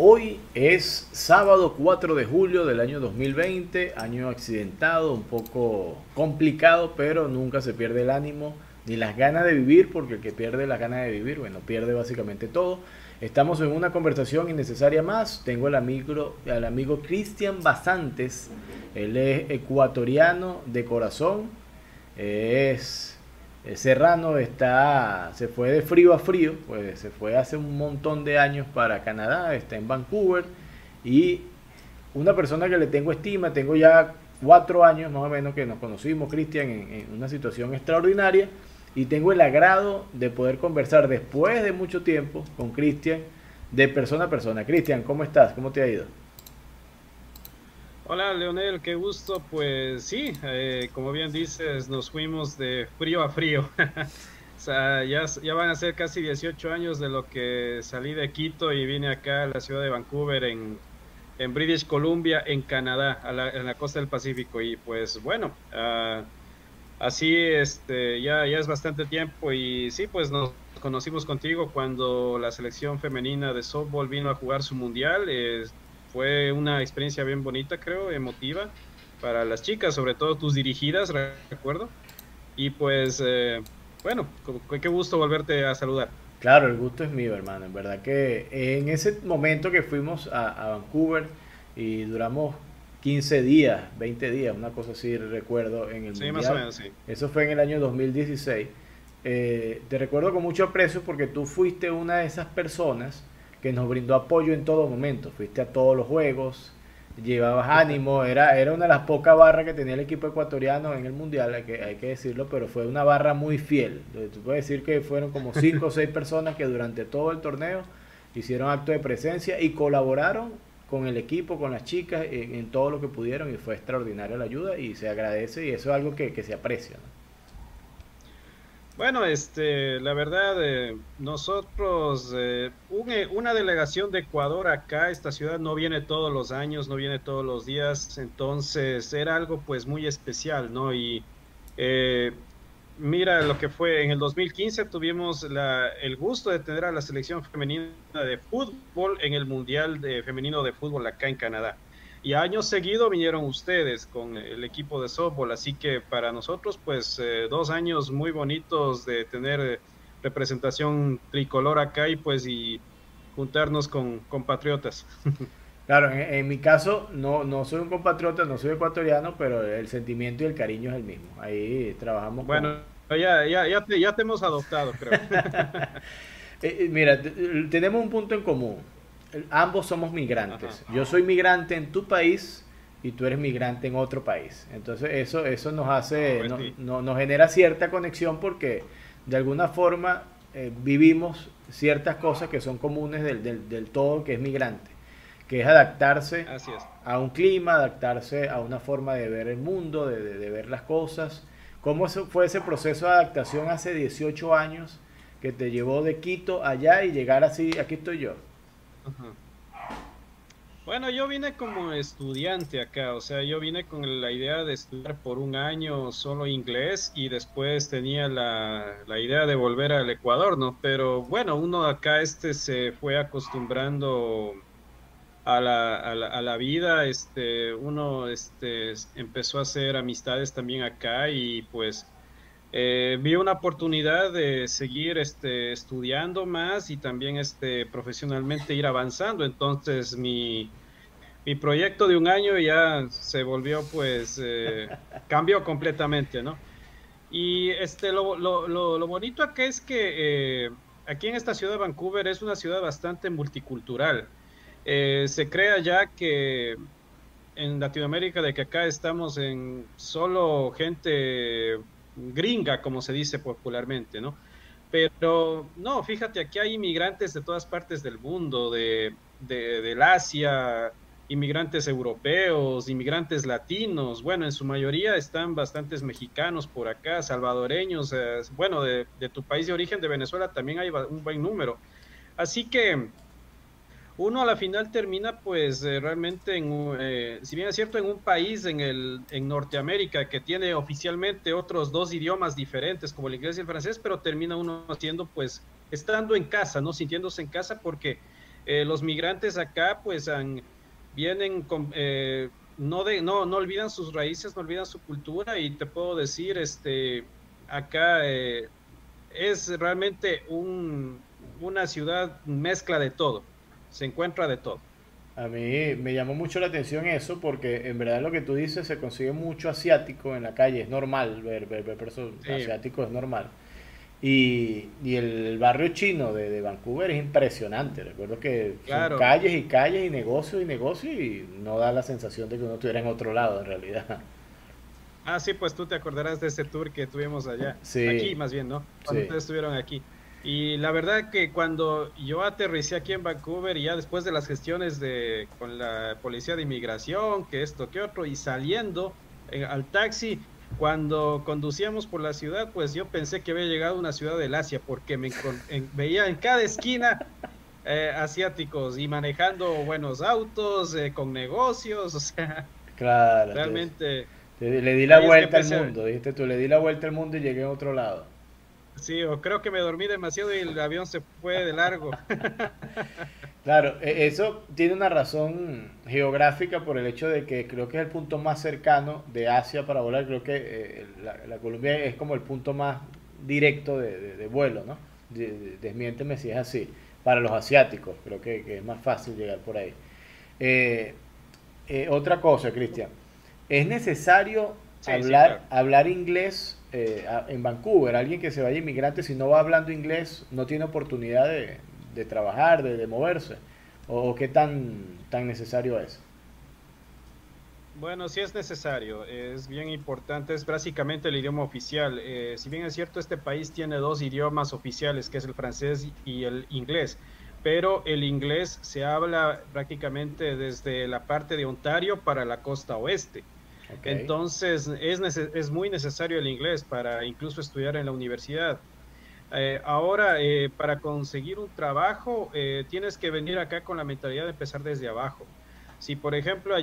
Hoy es sábado 4 de julio del año 2020, año accidentado, un poco complicado, pero nunca se pierde el ánimo ni las ganas de vivir, porque el que pierde las ganas de vivir, bueno, pierde básicamente todo. Estamos en una conversación innecesaria más. Tengo al amigo Cristian Basantes. Él es ecuatoriano de corazón, es Serrano, se fue de frío a frío, pues se fue hace un montón de años para Canadá, está en Vancouver y una persona que le tengo estima, tengo ya 4 años más o menos que nos conocimos, Cristian, en una situación extraordinaria y tengo el agrado de poder conversar después de mucho tiempo con Cristian de persona a persona. Cristian, ¿cómo estás? ¿Cómo te ha ido? Hola Leonel, qué gusto. Pues sí, como bien dices, nos fuimos de frío a frío. O sea, ya van a ser casi 18 años de lo que salí de Quito y vine acá a la ciudad de Vancouver en British Columbia, en Canadá, en la costa del Pacífico. Y pues bueno, así ya es bastante tiempo y sí, pues nos conocimos contigo cuando la selección femenina de softball vino a jugar su mundial. Fue una experiencia bien bonita, creo, emotiva para las chicas, sobre todo tus dirigidas, recuerdo. Y pues, bueno, qué gusto volverte a saludar. Claro, el gusto es mío, hermano. En verdad que en ese momento que fuimos a Vancouver y duramos 15 días, 20 días, una cosa así recuerdo en el Sí, más o Mundial, menos, sí. eso fue en el año 2016. Te recuerdo con mucho aprecio porque tú fuiste una de esas personas que nos brindó apoyo en todo momento. Fuiste a todos los juegos, llevabas ánimo, era una de las pocas barras que tenía el equipo ecuatoriano en el mundial, hay que decirlo, pero fue una barra muy fiel. Tú puedes decir que fueron como 5 o 6 personas que durante todo el torneo hicieron acto de presencia y colaboraron con el equipo, con las chicas, en todo lo que pudieron y fue extraordinaria la ayuda y se agradece y eso es algo que se aprecia, ¿no? Bueno, la verdad, nosotros, una delegación de Ecuador acá, esta ciudad no viene todos los años, no viene todos los días, entonces era algo pues muy especial, ¿no? Y eh, mira lo que fue, en el 2015 tuvimos el gusto de tener a la selección femenina de fútbol en el Femenino de Fútbol acá en Canadá. Y años seguidos vinieron ustedes con el equipo de softball, así que para nosotros, pues 2 años muy bonitos de tener representación tricolor acá y juntarnos con compatriotas. Claro, en mi caso no soy un compatriota, no soy ecuatoriano, pero el sentimiento y el cariño es el mismo. Ahí trabajamos con... Bueno, ya te hemos adoptado, creo. Mira, tenemos un punto en común. Ambos somos Ajá. migrantes. Yo soy migrante en tu país y tú eres migrante en otro país. Entonces eso nos hace, Pues sí. nos genera cierta conexión porque de alguna forma vivimos ciertas cosas que son comunes del todo que es migrante, que es adaptarse Así es. a un clima, adaptarse a una forma de ver el mundo, de ver las cosas. ¿Cómo fue ese proceso de adaptación hace 18 años que te llevó de Quito allá y llegar así, aquí estoy yo? Ajá. Bueno, yo vine como estudiante acá, o sea, yo vine con la idea de estudiar por un año solo inglés y después tenía la idea de volver al Ecuador, ¿no? Pero bueno, uno acá se fue acostumbrando a la vida, uno empezó a hacer amistades también acá y pues vi una oportunidad de seguir estudiando más y también profesionalmente ir avanzando. Entonces mi proyecto de un año ya se volvió pues cambió completamente, ¿no? Y lo bonito acá es que aquí en esta ciudad de Vancouver es una ciudad bastante multicultural. Se crea ya que en Latinoamérica de que acá estamos en solo gente gringa, como se dice popularmente, ¿no? Pero no, fíjate, aquí hay inmigrantes de todas partes del mundo, del Asia, inmigrantes europeos, inmigrantes latinos, bueno, en su mayoría están bastantes mexicanos por acá, salvadoreños, bueno, de tu país de origen, de Venezuela, también hay un buen número. Así que uno a la final termina pues realmente si bien es cierto, en un país en Norteamérica que tiene oficialmente otros dos idiomas diferentes como el inglés y el francés, pero termina uno haciendo pues estando en casa, ¿no? Sintiéndose en casa porque Los migrantes acá pues vienen con, no olvidan sus raíces, no olvidan su cultura y te puedo decir, acá es realmente una ciudad mezcla de todo, se encuentra de todo. A mí me llamó mucho la atención eso porque en verdad lo que tú dices se consigue mucho asiático en la calle, es normal ver personas Sí, asiáticos, es normal. Y el barrio chino de Vancouver es impresionante. Recuerdo que son claro. calles y calles y negocios y no da la sensación de que uno estuviera en otro lado en realidad. Ah, sí, pues tú te acordarás de ese tour que tuvimos allá, Sí, aquí más bien, ¿no? Cuando sí. ustedes estuvieron aquí. Y la verdad que cuando yo aterricé aquí en Vancouver y ya después de las gestiones con la policía de inmigración, que esto, que otro, y saliendo al taxi, cuando conducíamos por la ciudad, pues yo pensé que había llegado a una ciudad del Asia, porque veía en cada esquina asiáticos y manejando buenos autos, con negocios, o sea, Claro, realmente le di la ahí es que vuelta al empecé a... mundo, dijiste tú, le di la vuelta al mundo y llegué a otro lado. Sí, o creo que me dormí demasiado y el avión se fue de largo. Claro, eso tiene una razón geográfica por el hecho de que creo que es el punto más cercano de Asia para volar. Creo que la Colombia es como el punto más directo de vuelo, ¿no? Desmiénteme si es así. Para los asiáticos, creo que es más fácil llegar por ahí. Eh, Otra cosa, Cristian, ¿es necesario Sí, sí, claro. hablar inglés en Vancouver? Alguien que se vaya inmigrante, si no va hablando inglés, no tiene oportunidad de trabajar, de moverse. ¿O qué tan necesario es? Bueno, sí es necesario, es bien importante, es básicamente el idioma oficial. Si bien es cierto, este país tiene dos idiomas oficiales, que es el francés y el inglés, pero el inglés se habla prácticamente desde la parte de Ontario para la costa oeste. Ok, Entonces, es muy necesario el inglés para incluso estudiar en la universidad. Ahora, para conseguir un trabajo, tienes que venir acá con la mentalidad de empezar desde abajo. Si, por ejemplo,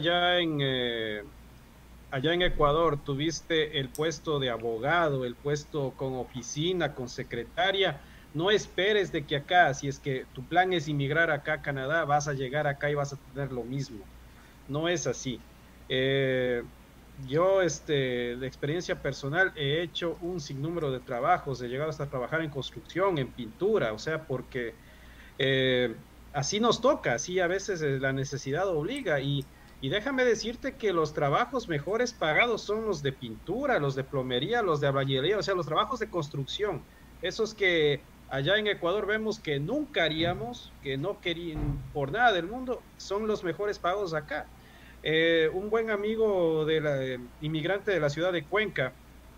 allá en Ecuador tuviste el puesto de abogado, el puesto con oficina, con secretaria, no esperes de que acá, si es que tu plan es inmigrar acá a Canadá, vas a llegar acá y vas a tener lo mismo. No es así. Eh, yo, de experiencia personal, he hecho un sinnúmero de trabajos, he llegado hasta trabajar en construcción, en pintura, o sea, porque eh, así nos toca, así a veces la necesidad obliga. Y déjame decirte que los trabajos mejores pagados son los de pintura, los de plomería, los de albañilería, o sea, los trabajos de construcción, esos que allá en Ecuador vemos que nunca haríamos, que no querían por nada del mundo, son los mejores pagos acá. Un buen amigo de la inmigrante de la ciudad de Cuenca,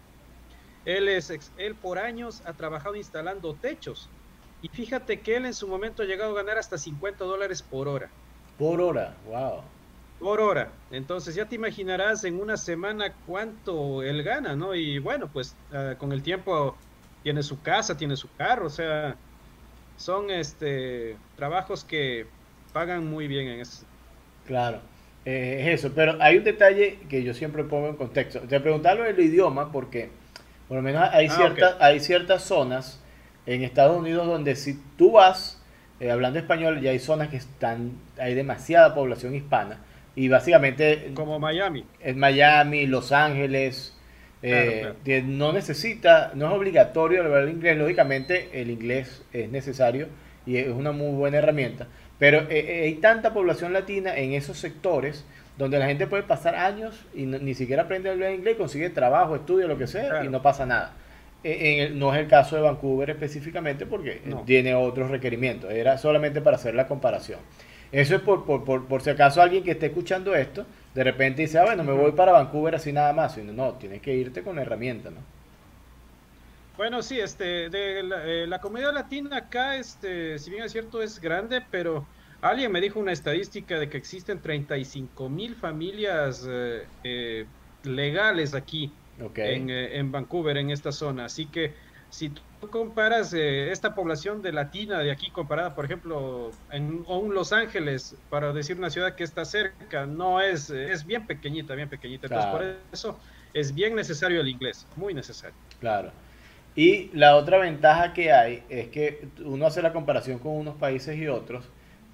él por años ha trabajado instalando techos. Y fíjate que él en su momento ha llegado a ganar hasta $50 por hora. por hora, wow. Por hora. Entonces ya te imaginarás en una semana cuánto él gana, ¿no? Y bueno, pues con el tiempo tiene su casa, tiene su carro, o sea, son trabajos que pagan muy bien en ese. Claro, es eso. Pero hay un detalle que yo siempre pongo en contexto. Te preguntaba el idioma porque por lo menos Ah, ok, hay ciertas zonas en Estados Unidos donde si tú vas hablando español, ya hay zonas que hay demasiada población hispana y básicamente como Miami. en Miami, Los Ángeles, Claro, claro. que no es obligatorio hablar inglés, lógicamente el inglés es necesario y es una muy buena herramienta, pero hay tanta población latina en esos sectores donde la gente puede pasar años y ni siquiera aprende a hablar inglés, consigue trabajo, estudia, lo que sea, y Claro, no pasa nada. No es el caso de Vancouver específicamente porque no. tiene otros requerimientos, era solamente para hacer la comparación. Eso es por si acaso alguien que esté escuchando esto, de repente dice, ah, bueno, me voy Ujú. para Vancouver así nada más. Y no, tienes que irte con la herramienta, ¿no? Bueno, sí, la comunidad latina acá, si bien es cierto, es grande, pero alguien me dijo una estadística de que existen 35.000 familias legales aquí Ok, en Vancouver, en esta zona. Así que si tú comparas esta población de latina de aquí comparada, por ejemplo, o un Los Ángeles, para decir una ciudad que está cerca, no es bien pequeñita, bien pequeñita. Entonces, por claro, eso es bien necesario el inglés, muy necesario. claro. Y la otra ventaja que hay es que uno hace la comparación con unos países y otros,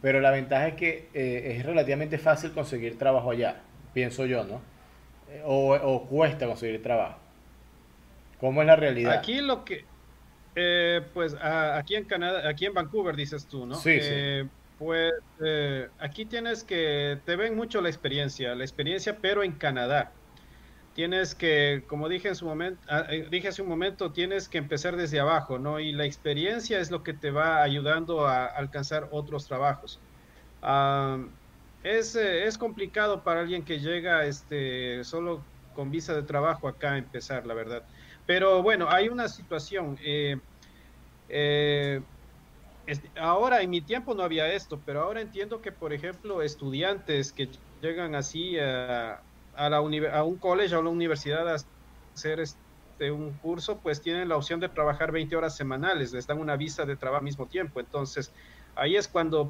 pero la ventaja es que es relativamente fácil conseguir trabajo allá, pienso yo, ¿no? O cuesta conseguir trabajo. ¿Cómo es la realidad? Aquí lo que, pues aquí en Canadá, aquí en Vancouver dices tú, ¿no? Sí, sí, Pues aquí tienes que, te ven mucho la experiencia, pero en Canadá. Tienes que, como dije en su momento, dije hace un momento, tienes que empezar desde abajo, ¿no? Y la experiencia es lo que te va ayudando a alcanzar otros trabajos. Ah, es complicado para alguien que llega solo con visa de trabajo acá a empezar, la verdad. Pero bueno, hay una situación. Eh, ahora, en mi tiempo no había esto, pero ahora entiendo que, por ejemplo, estudiantes que llegan así a un college o a la universidad a hacer un curso, pues tienen la opción de trabajar 20 horas semanales, les dan una visa de trabajo al mismo tiempo. Entonces, ahí es cuando,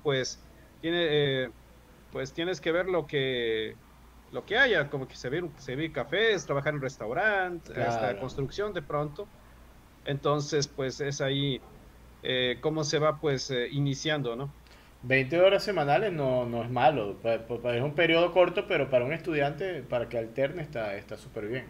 pues tienes que ver lo que haya, como que se ve cafés, trabajar en restaurantes, hasta claro. construcción de pronto. Entonces, pues es ahí cómo se va pues iniciando, ¿no? 20 horas semanales no es malo, es un periodo corto, pero para un estudiante, para que alterne, está súper bien.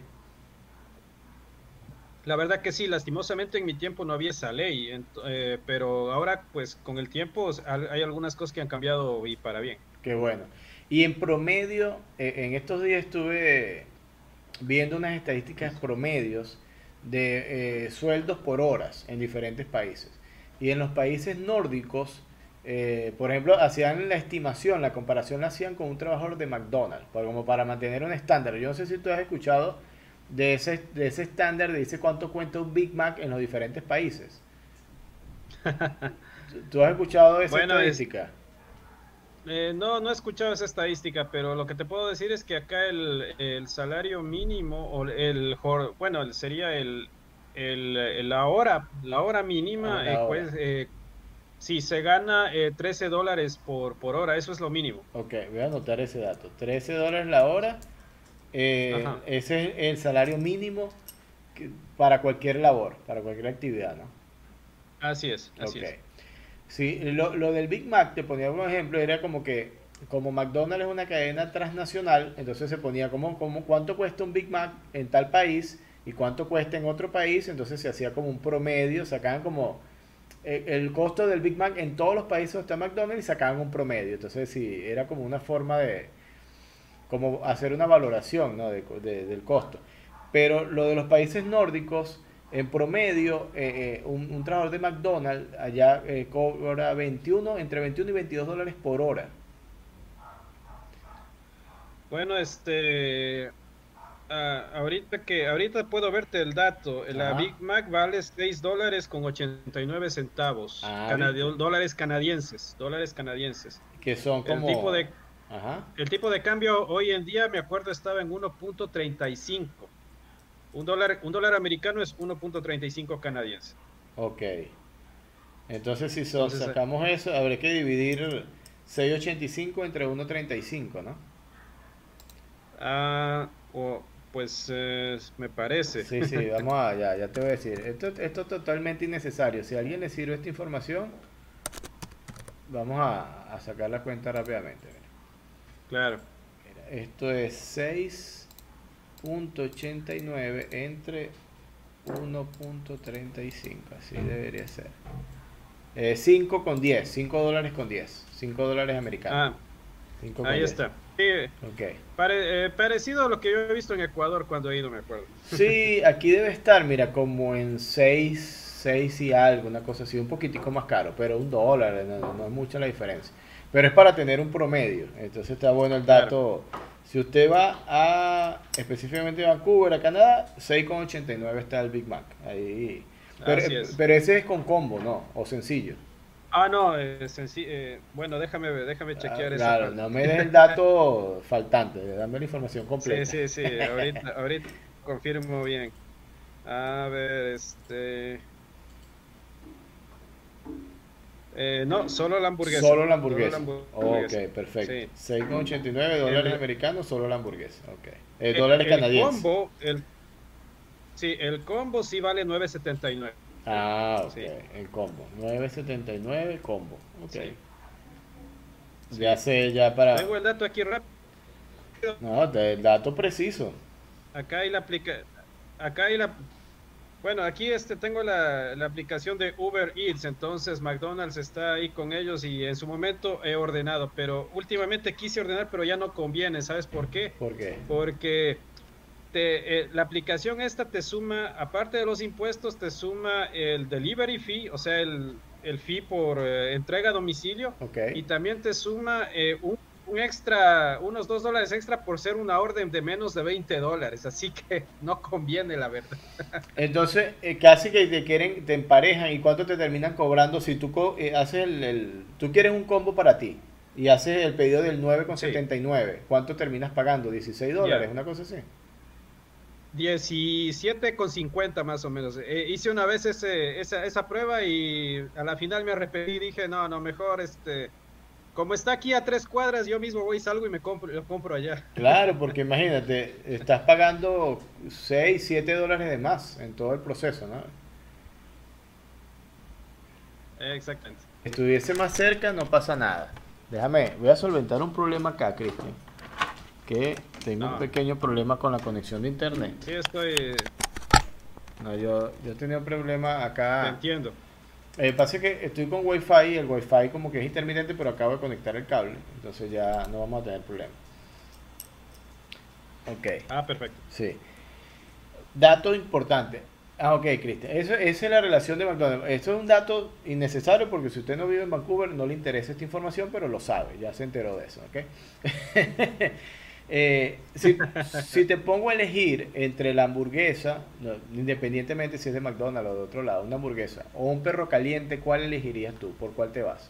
La verdad que sí, lastimosamente en mi tiempo no había esa ley, pero ahora pues con el tiempo hay algunas cosas que han cambiado y para bien. Qué bueno. Y en promedio, en estos días estuve viendo unas estadísticas promedios de sueldos por horas en diferentes países. Y en los países nórdicos, por ejemplo, hacían la estimación, la comparación la hacían con un trabajador de McDonald's, como para mantener un estándar. Yo no sé si tú has escuchado de ese estándar, de dice cuánto cuenta un Big Mac en los diferentes países. ¿Tú has escuchado esa Bueno, estadística? no he escuchado esa estadística, pero lo que te puedo decir es que acá el salario mínimo o bueno, sería la hora A mínima, la hora. pues sí, se gana $13 por hora, eso es lo mínimo. Ok, voy a anotar ese dato. $13 la hora. Ajá, Ese es el salario mínimo para cualquier labor, para cualquier actividad, ¿no? así es, así Ok. es. Sí, lo del Big Mac, te ponía un ejemplo, era como que, como McDonald's es una cadena transnacional, entonces se ponía como cuánto cuesta un Big Mac en tal país y cuánto cuesta en otro país, entonces se hacía como un promedio, sacaban como el costo del Big Mac en todos los países donde está McDonald's y sacaban un promedio, entonces sí, era como una forma de, como hacer una valoración, ¿no? Del costo. Pero lo de los países nórdicos, en promedio, un trabajador de McDonald's allá cobra 21, entre 21 y $22 por hora. Bueno, ahorita puedo verte el dato. La Ajá. Big Mac vale $6.89, Ah, ¿viste? dólares canadienses. Que son El tipo como... de, Ajá. el tipo de cambio hoy en día, me acuerdo, estaba en 1.35. Un dólar americano es 1.35 canadiense. Ok. Entonces si Entonces, sacamos eso, habrá que dividir 6,85 entre 1,35, ¿no? pues me parece. Sí, sí, vamos a, ya te voy a decir. Esto es totalmente innecesario. Si a alguien le sirve esta información, vamos a sacar la cuenta rápidamente. Claro. Mira, esto es 6,89 entre 1,35. Así debería ser. 5 con 10, $5 con 10. $5 americanos. Ah, 5 con ahí 10. está. Sí, Ok. parecido a lo que yo he visto en Ecuador cuando he ido, me acuerdo. Sí, aquí debe estar, mira, como en 6 y algo, una cosa así, un poquitico más caro, pero $1, no es mucha la diferencia. Pero es para tener un promedio, entonces está bueno el Claro, dato. Si usted va a específicamente a Vancouver, a Canadá, 6,89 está el Big Mac. Ahí. Pero, así es. pero ese es con combo, ¿no? O sencillo. No, bueno, déjame Ah, chequear esa claro, parte. no me des el dato faltante, dame la información Sí, completa. sí, sí, ahorita confirmo bien. A ver, no, solo la hamburguesa, Solo la solo la hamburguesa. Ok, hamburguesa. perfecto. Sí. 6,89 dólares El, americanos, solo la hamburguesa. Ok. el, Dólares el canadienses. combo, sí, el combo sí vale 9.79. Ah, ok. Sí, El combo. 9,79 combo. Ok. sí. Ya Sí. sé, ya para... Tengo el dato aquí rápido. No, el dato preciso. Acá hay la aplica, acá hay la, bueno, aquí tengo la aplicación de Uber Eats, entonces McDonald's está ahí con ellos y en su momento he ordenado, pero últimamente quise ordenar, pero ya no conviene, ¿sabes por qué? ¿Por qué? Porque la aplicación esta te suma, aparte de los impuestos, te suma el delivery fee, o sea, el fee por entrega a domicilio, Ok. y también te suma un extra, unos $2 extra por ser una orden de menos de $20, así que no conviene, la verdad. Entonces, casi que te quieren, te emparejan y cuánto te terminan cobrando si tú haces tú quieres un combo para ti y haces el pedido del nueve con Sí, setenta y nueve ¿cuánto terminas pagando? $16, ya. una cosa así. 17,50 más o menos. Hice una vez esa prueba y a la final me arrepentí y dije, no, no, mejor como está aquí a 3 cuadras, yo mismo voy, salgo y lo compro allá. Claro, porque imagínate, estás pagando $6, $7 de más en todo el proceso, ¿no? Exactamente. Estuviese más cerca, no pasa nada. Déjame, voy a solventar un problema acá, Cristian. Que tengo un No, pequeño problema con la conexión de internet. sí estoy, No, yo tenía un problema te acá. entiendo. Pasa que estoy con Wi-Fi y el Wi-Fi como que es intermitente, pero acabo de conectar el cable. Entonces ya no vamos a tener problema. Ok, Ah, perfecto. sí. Dato importante. Ah, ok, Cristian. Esa es la relación de McDonald's. Esto es un dato innecesario porque si usted no vive en Vancouver no le interesa esta información, pero lo sabe, ya se enteró de eso, ¿ok? Si te pongo a elegir entre la hamburguesa, independientemente si es de McDonald's o de otro lado, una hamburguesa o un perro caliente, ¿cuál elegirías tú? ¿Por cuál te vas?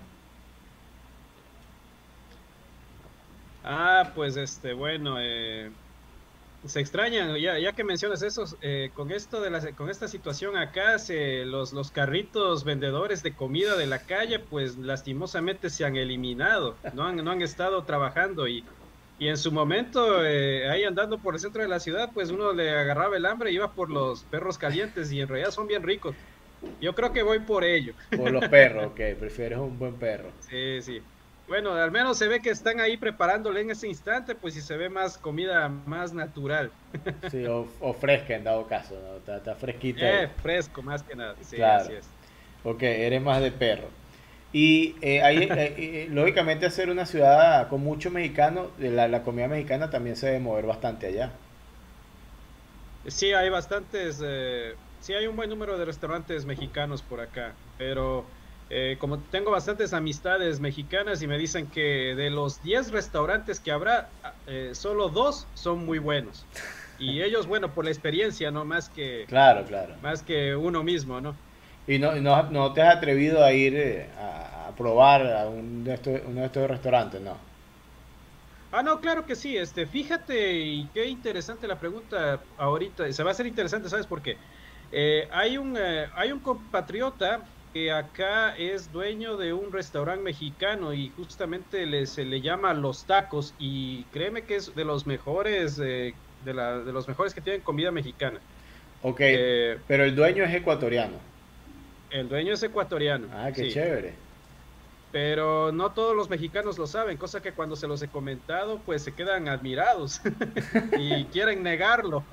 Ah, pues bueno, se extrañan, ya que mencionas eso, con con esta situación acá, los carritos vendedores de comida de la calle, pues lastimosamente se han eliminado, no han estado trabajando y en su momento, ahí andando por el centro de la ciudad, pues uno le agarraba el hambre y iba por los perros calientes y en realidad son bien ricos. Yo creo que voy por ello. Por los perros, ok, prefieres un buen perro. Sí, sí. Bueno, al menos se ve que están ahí preparándole en ese instante, pues y se ve más comida más natural. Sí, o fresca en dado caso, ¿no? Está fresquita ahí. Fresco más que nada. Sí, Claro, así es. ok, eres más de perro. Y lógicamente hacer una ciudad con muchos mexicanos, la comida mexicana también se debe mover bastante allá. Sí, hay bastantes, sí hay un buen número de restaurantes mexicanos por acá, pero como tengo bastantes amistades mexicanas y me dicen que de los 10 restaurantes que habrá, solo dos son muy buenos. Y ellos, bueno, por la experiencia, ¿no? Claro, claro. Más que uno mismo, ¿no? Y no te has atrevido a ir a probar a uno de estos restaurantes, ¿no? Ah, no, claro que sí. Fíjate, y qué interesante la pregunta ahorita. Se va a hacer interesante, ¿sabes por qué? Hay un compatriota que acá es dueño de un restaurante mexicano y justamente se le llama Los Tacos y créeme que es de los mejores, de los mejores que tienen comida mexicana. Ok, Eh, pero el dueño es ecuatoriano. el dueño es ecuatoriano, Ah, qué sí. chévere. Pero no todos los mexicanos lo saben, cosa que cuando se los he comentado, pues se quedan admirados y quieren negarlo.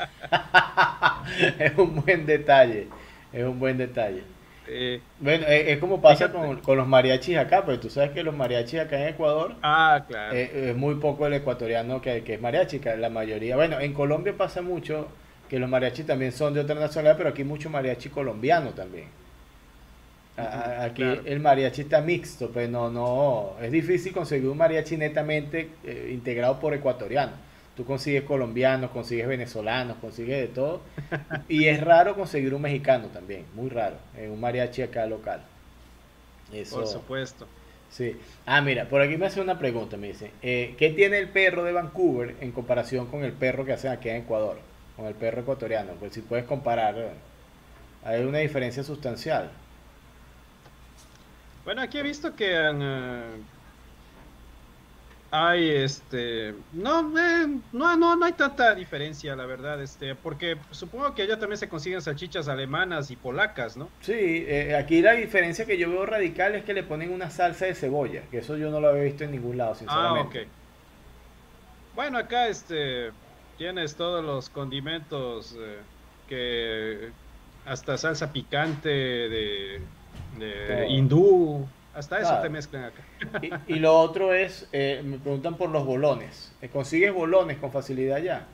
Es un buen detalle, es un buen detalle. Eh, Bueno, es como pasa fíjate. con los mariachis acá, pues tú sabes que los mariachis acá en Ecuador Ah, claro. es muy poco el ecuatoriano que es mariachi, que la mayoría. Bueno, en Colombia pasa mucho que los mariachis también son de otra nacionalidad, pero aquí hay mucho mariachi colombiano también. Ujú, Aquí claro. el mariachi está mixto, pues es difícil conseguir un mariachi netamente integrado por ecuatorianos. Tú consigues colombianos, consigues venezolanos, consigues de todo. Y es raro conseguir un mexicano también, muy raro, un mariachi acá local. Por Eso, supuesto. sí. Ah, mira, por aquí me hace una pregunta, me dice, ¿qué tiene el perro de Vancouver en comparación con el perro que hacen aquí en Ecuador? Con el perro ecuatoriano, pues si puedes comparar, hay una diferencia sustancial. Bueno, aquí he visto que Hay no hay tanta diferencia, la verdad, porque supongo que allá también se consiguen salchichas alemanas y polacas, ¿no? Sí, aquí la diferencia que yo veo radical es que le ponen una salsa de cebolla, que eso yo no lo había visto en ningún lado, Ah, ok. sinceramente. Bueno, acá tienes todos los condimentos que hasta salsa picante de Todo. hindú, hasta eso te Claro. mezclan acá. Y lo otro es, me preguntan por los bolones. ¿Consigues bolones con facilidad ya?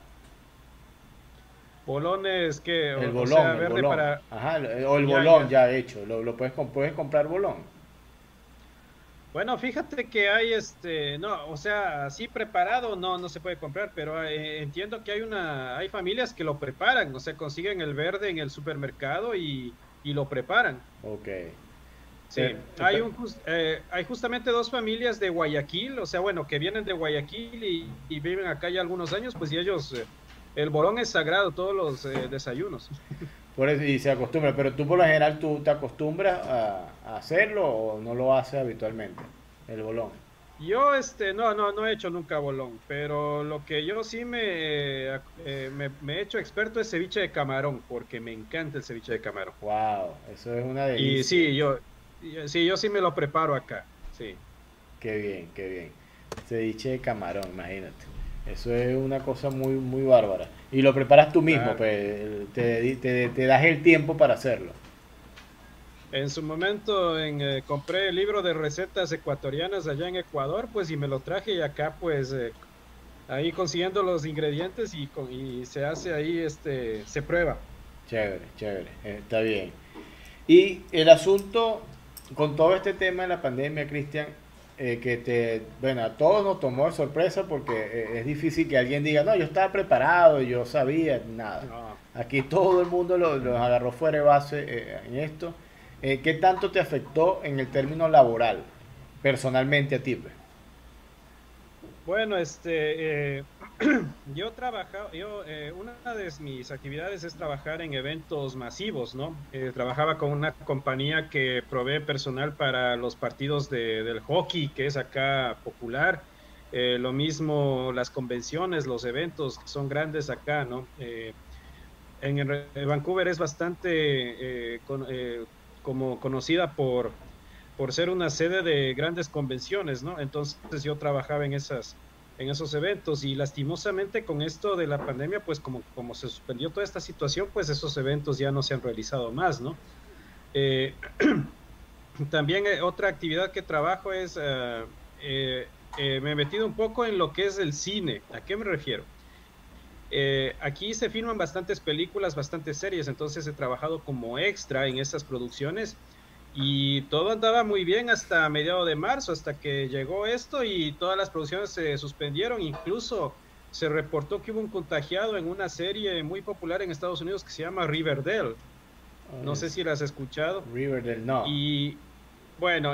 Bolones que, El o sea, bolón, el verde bolón. para, Ajá, o el ya, bolón ya. ya hecho. Lo puedes, puedes comprar bolón. Bueno, fíjate que hay no, o sea, así preparado no se puede comprar, pero entiendo que hay familias que lo preparan, o sea, consiguen el verde en el supermercado y lo preparan. Ok. Sí, Pero, hay justamente dos familias de Guayaquil, o sea, bueno, que vienen de Guayaquil y viven acá ya algunos años, pues y ellos, el bolón es sagrado, todos los desayunos. por eso, y se acostumbra, pero tú por lo general tú te acostumbras a hacerlo o no lo haces habitualmente, el bolón. Yo, no he hecho nunca bolón, pero lo que yo sí me he hecho experto es ceviche de camarón, porque me encanta el ceviche de camarón. Wow, eso es una Y delicia. sí, yo sí me lo preparo acá, sí. Qué bien, qué bien. Ceviche de camarón, imagínate. Eso es una cosa muy, muy bárbara. Y lo preparas tú mismo, Claro. pues te das el tiempo para hacerlo. En su momento compré el libro de recetas ecuatorianas allá en Ecuador, pues y me lo traje y acá pues ahí consiguiendo los ingredientes y se hace ahí, se prueba. Chévere, chévere, está bien. Y el asunto con todo este tema de la pandemia, Cristian, bueno, a todos nos tomó de sorpresa porque es difícil que alguien diga, no, yo estaba preparado, yo sabía, nada. No. Aquí todo el mundo los agarró fuera de base en esto. ¿Qué tanto te afectó en el término laboral, personalmente a ti, pues? Bueno, yo trabajaba, una de mis actividades es trabajar en eventos masivos, ¿no? Trabajaba con una compañía que provee personal para los partidos del hockey, que es acá popular. Lo mismo las convenciones, los eventos que son grandes acá, ¿no? Vancouver es bastante como conocida por ser una sede de grandes convenciones, ¿no? Entonces yo trabajaba en esos eventos y lastimosamente con esto de la pandemia, pues como se suspendió toda esta situación, pues esos eventos ya no se han realizado más, ¿no? Eh, También otra actividad que trabajo es, me he metido un poco en lo que es el cine. ¿A qué me refiero? Aquí se filman bastantes películas, bastantes series, entonces he trabajado como extra en estas producciones y todo andaba muy bien hasta mediados de marzo, hasta que llegó esto y todas las producciones se suspendieron, incluso se reportó que hubo un contagiado en una serie muy popular en Estados Unidos que se llama Riverdale, no sé si la has escuchado, Riverdale, no. y bueno,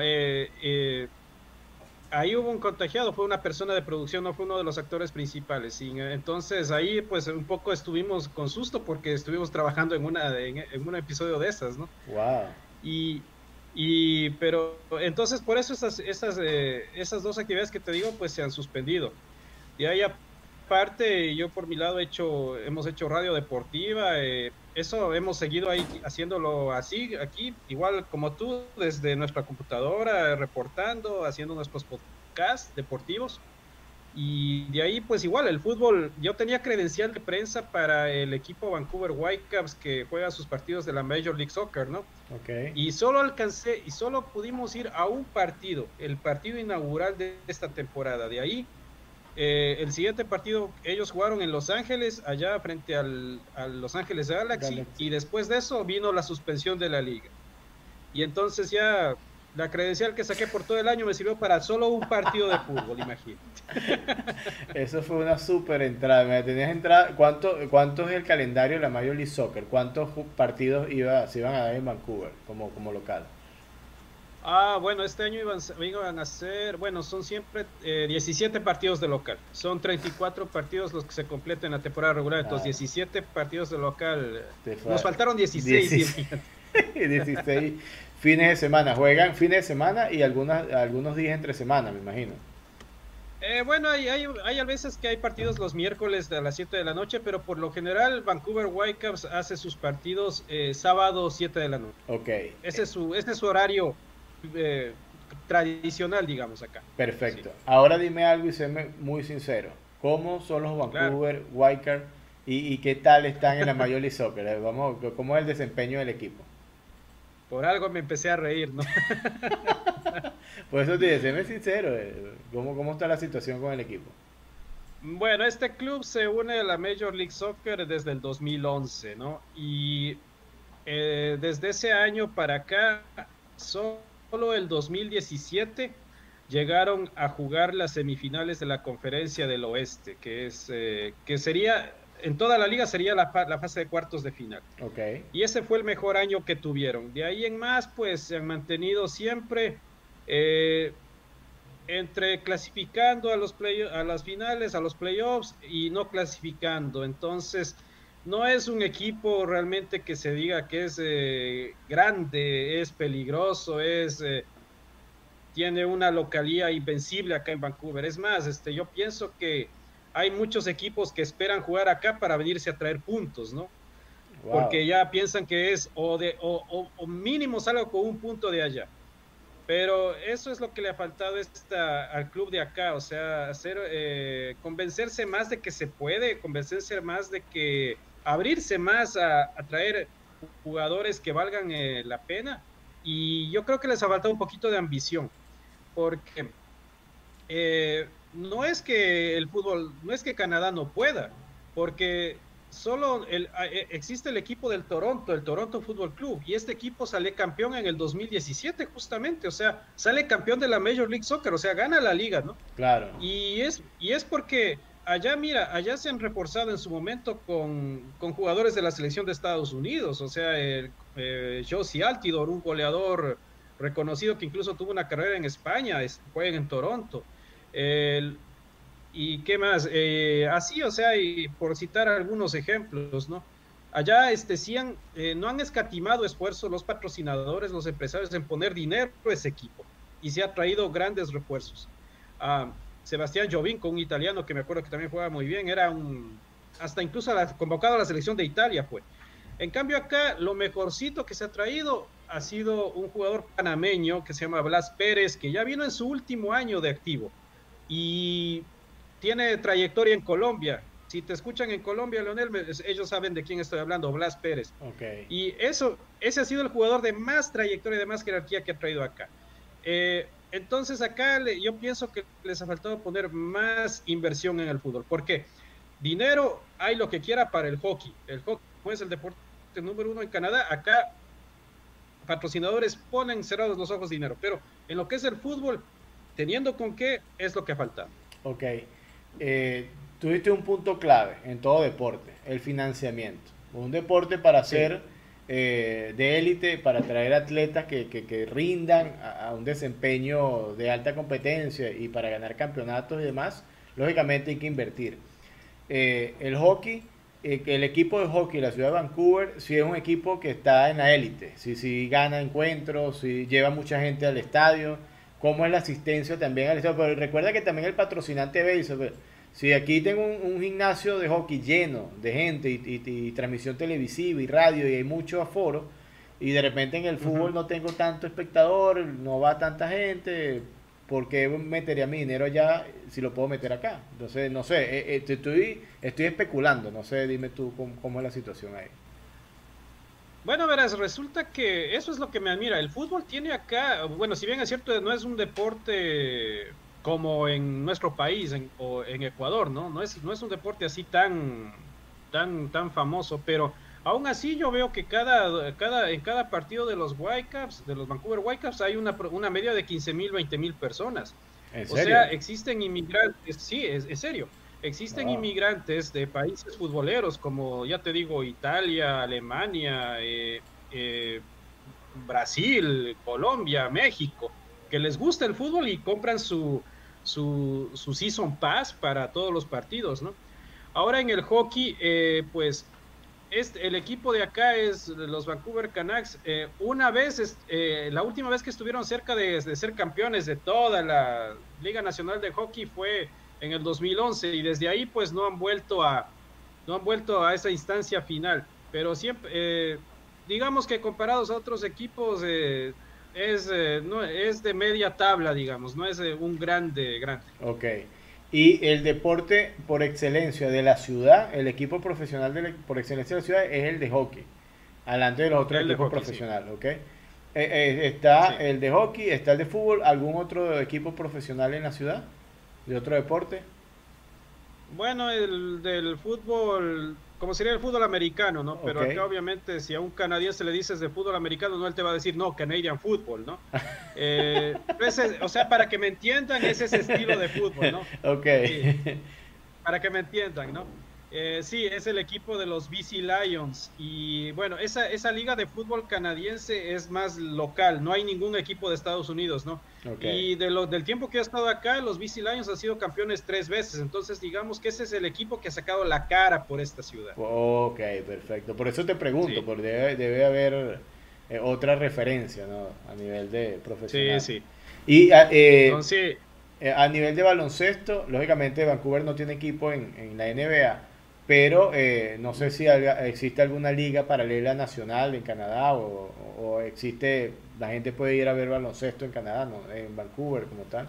ahí hubo un contagiado, fue una persona de producción, no fue uno de los actores principales. Y entonces ahí pues un poco estuvimos con susto porque estuvimos trabajando en un episodio de esas, ¿no? Wow. Y, pero entonces por eso esas dos actividades que te digo pues se han suspendido. De ahí aparte, yo por mi lado hemos hecho radio deportiva, eso hemos seguido ahí haciéndolo así, aquí, igual como tú, desde nuestra computadora, reportando, haciendo nuestros podcasts deportivos. Y de ahí, pues igual, el fútbol, yo tenía credencial de prensa para el equipo Vancouver Whitecaps que juega sus partidos de la Major League Soccer, ¿no? Ok. Y solo pudimos ir a un partido, el partido inaugural de esta temporada. De ahí el siguiente partido ellos jugaron en Los Ángeles, allá frente a Los Ángeles Galaxy, Galaxy. y después de eso vino la suspensión de la liga. Y entonces ya la credencial que saqué por todo el año me sirvió para solo un partido de fútbol, imagínate. Eso fue una super entrada. Me tenías entrada. ¿Cuánto es el calendario de la Major League Soccer? ¿Cuántos partidos se iban a dar en Vancouver como local? Ah, bueno, este año iban a ser, bueno, son siempre 17 partidos de local. Son 34 partidos los que se completen en la temporada regular, entonces Claro, 17 partidos de local. te Nos fue faltaron 16, 16, fíjate. 16 fines de semana. Juegan fines de semana y algunos días entre semana, me imagino. Bueno, hay a veces que hay partidos los miércoles a las 7 de la noche, pero por lo general Vancouver Whitecaps hace sus partidos sábado 7 de la noche. Ok, Ese es su horario eh, tradicional, digamos, acá. Sí, perfecto. Ahora dime algo y séme muy sincero. ¿Cómo son los claro. Vancouver Whitecaps y qué tal están en la Major League Soccer? Vamos, ¿cómo es el desempeño del equipo? Por algo me empecé a reír, ¿no? Por eso te digo, séme sincero, ¿cómo está la situación con el equipo? Bueno, este club se une a la Major League Soccer desde el 2011, ¿no? Y desde ese año para acá, solo el 2017 llegaron a jugar las semifinales de la Conferencia del Oeste, que sería, en toda la liga sería la fase de cuartos de final. Ok, Y ese fue el mejor año que tuvieron. De ahí en más, pues se han mantenido siempre eh, entre clasificando a las finales, a los playoffs y no clasificando. Entonces, no es un equipo realmente que se diga que es grande, es peligroso, tiene una localía invencible acá en Vancouver. Es más, yo pienso que hay muchos equipos que esperan jugar acá para venirse a traer puntos, ¿no? wow, Porque ya piensan que es o mínimo salgo con un punto de allá. Pero eso es lo que le ha faltado al club de acá, o sea, convencerse más de que se puede, convencerse más de que abrirse más a traer jugadores que valgan la pena. Y yo creo que les ha faltado un poquito de ambición, porque no es que el fútbol, no es que Canadá no pueda, porque existe el equipo del Toronto, el Toronto Fútbol Club, y este equipo sale campeón en el 2017 justamente, o sea, sale campeón de la Major League Soccer, o sea, gana la liga, ¿no? claro, Y es porque allá, mira, allá se han reforzado en su momento con jugadores de la selección de Estados Unidos, o sea, Josie Altidore, un goleador reconocido que incluso tuvo una carrera en España, juega en Toronto. El- ¿Y qué más? Así, o sea, y por citar algunos ejemplos, ¿no? Allá, no han escatimado esfuerzos los patrocinadores, los empresarios en poner dinero a ese equipo y se ha traído grandes refuerzos. Sebastián Giovinco, un italiano que me acuerdo que también juega muy bien, hasta incluso convocado a la selección de Italia fue. En cambio acá, lo mejorcito que se ha traído ha sido un jugador panameño que se llama Blas Pérez, que ya vino en su último año de activo y tiene trayectoria en Colombia. Si te escuchan en Colombia, Leonel, ellos saben de quién estoy hablando, Blas Pérez. ok, Y ese ha sido el jugador de más trayectoria, de más jerarquía que ha traído acá. Entonces acá yo pienso que les ha faltado poner más inversión en el fútbol. ¿Por qué? Dinero hay lo que quiera para el hockey. El hockey es el deporte número uno en Canadá. Acá patrocinadores ponen cerrados los ojos dinero, pero en lo que es el fútbol, teniendo con qué, es lo que ha faltado. ok. Tuviste un punto clave en todo deporte, el financiamiento. Un deporte para Sí. ser de élite, para traer atletas que rindan a un desempeño de alta competencia y para ganar campeonatos y demás, lógicamente hay que invertir. El hockey, el equipo de hockey de la ciudad de Vancouver, sí es un equipo que está en la élite, sí gana encuentros, sí lleva mucha gente al estadio, como es la asistencia también al estadio, pero recuerda que también el patrocinante Base, si aquí tengo un gimnasio de hockey lleno de gente y transmisión televisiva y radio y hay mucho aforo, y de repente en el fútbol Ujú. no tengo tanto espectador, no va tanta gente, ¿por qué metería mi dinero allá si lo puedo meter acá? Entonces, no sé, estoy especulando, no sé, dime tú cómo es la situación ahí. Bueno, verás, resulta que eso es lo que me admira. El fútbol tiene acá, bueno, si bien es cierto, no es un deporte como en nuestro país o en Ecuador, ¿no? No es un deporte así tan famoso, pero aún así yo veo que en cada partido de los Whitecaps, de los Vancouver Whitecaps, hay una media de 15,000, 20,000 personas. ¿En O serio? sea, existen inmigrantes, sí, es serio. Existen Wow. inmigrantes de países futboleros como, ya te digo, Italia, Alemania, Brasil, Colombia, México, que les gusta el fútbol y compran su Season Pass para todos los partidos, ¿no? Ahora en el hockey, pues el equipo de acá es los Vancouver Canucks. La última vez que estuvieron cerca de ser campeones de Liga Nacional de Hockey fue en el 2011 y desde ahí pues no han vuelto a esa instancia final, pero siempre, digamos que comparados a otros equipos, no, es de media tabla, digamos, no es un grande, grande. Ok. Y el deporte por excelencia de la ciudad, el equipo profesional por excelencia de la ciudad es el de hockey, adelante de los otros El de equipos hockey, sí. profesionales, ¿ok? Está Sí. el de hockey, está el de fútbol, ¿algún otro equipo profesional en la ciudad? ¿De otro deporte? Bueno, el del fútbol, como sería el fútbol americano, ¿no? Ok. Pero acá obviamente si a un canadiense le dices de fútbol americano, no, él te va a decir, no, Canadian Football, ¿no? O sea, para que me entiendan, es ese estilo de fútbol, ¿no? Ok. Sí, para que me entiendan, ¿no? Sí, es el equipo de los BC Lions y bueno, esa liga de fútbol canadiense es más local, no hay ningún equipo de Estados Unidos, ¿no? Ok. Y del tiempo que he estado acá, los BC Lions han sido campeones 3 veces, entonces digamos que ese es el equipo que ha sacado la cara por esta ciudad. Ok, perfecto. Por eso te pregunto, Sí, porque debe haber otra referencia, ¿no? A nivel de sí, profesional. sí. Y Entonces, a nivel de baloncesto, lógicamente Vancouver no tiene equipo en la NBA, pero no sé si existe alguna liga paralela nacional en Canadá o existe, la gente puede ir a ver baloncesto en Canadá, ¿no? En Vancouver como tal.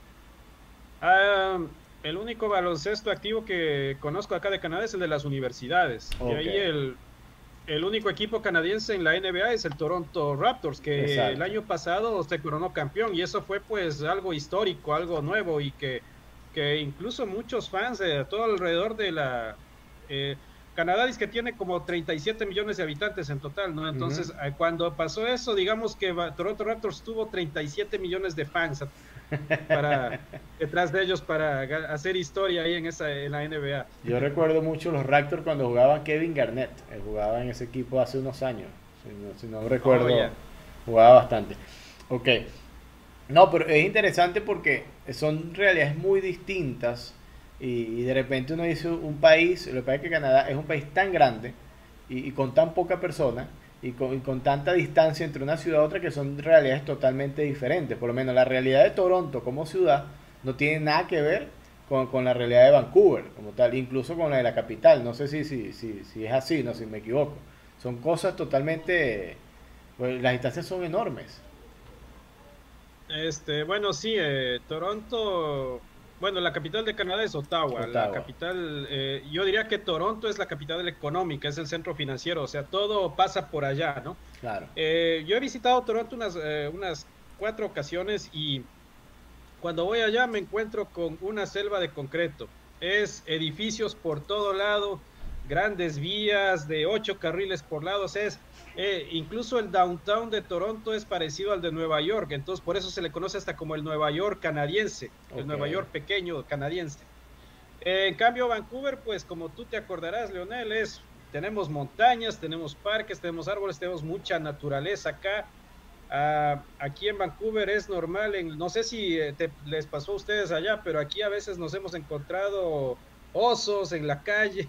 ah, el único baloncesto activo que conozco acá de Canadá es el de las universidades. De Ok, ahí el único equipo canadiense en la NBA es el Toronto Raptors, que el exacto. año pasado se coronó campeón y eso fue pues algo histórico, algo nuevo y que incluso muchos fans de todo alrededor de eh, Canadá dice que tiene como 37 millones de habitantes en total, ¿no? Ujú. Entonces, cuando pasó eso, digamos que Toronto Raptors tuvo 37 millones de fans para detrás de ellos para hacer historia ahí en la NBA. Yo recuerdo mucho los Raptors cuando jugaba Kevin Garnett. Él jugaba en ese equipo hace unos años. Si no Oh, recuerdo, ya. jugaba bastante. Ok. No, pero es interesante porque son realidades muy distintas y de repente uno dice un país, lo que pasa es que Canadá es un país tan grande y con tan poca persona y con tanta distancia entre una ciudad y otra que son realidades totalmente diferentes. Por lo menos la realidad de Toronto como ciudad no tiene nada que ver con la realidad de Vancouver como tal, incluso con la de la capital. No sé si es así, no sé si me equivoco. Son cosas totalmente, pues, las distancias son enormes. Bueno, sí, Toronto, bueno, la capital de Canadá es Ottawa, la Ottawa, capital, yo diría que Toronto es la capital económica, es el centro financiero, o sea, todo pasa por allá, ¿no? claro. Yo he visitado Toronto unas 4 ocasiones y cuando voy allá me encuentro con una selva de concreto. Es edificios por todo lado, grandes vías de 8 carriles por lado. O sea, incluso el downtown de Toronto es parecido al de Nueva York. Entonces, por eso se le conoce hasta como el Nueva York canadiense, el Ok. Nueva York pequeño canadiense. En cambio, Vancouver, pues como tú te acordarás, Leonel, tenemos montañas, tenemos parques, tenemos árboles, tenemos mucha naturaleza acá. Aquí en Vancouver es normal, no sé si les pasó a ustedes allá, pero aquí a veces nos hemos encontrado osos en la calle,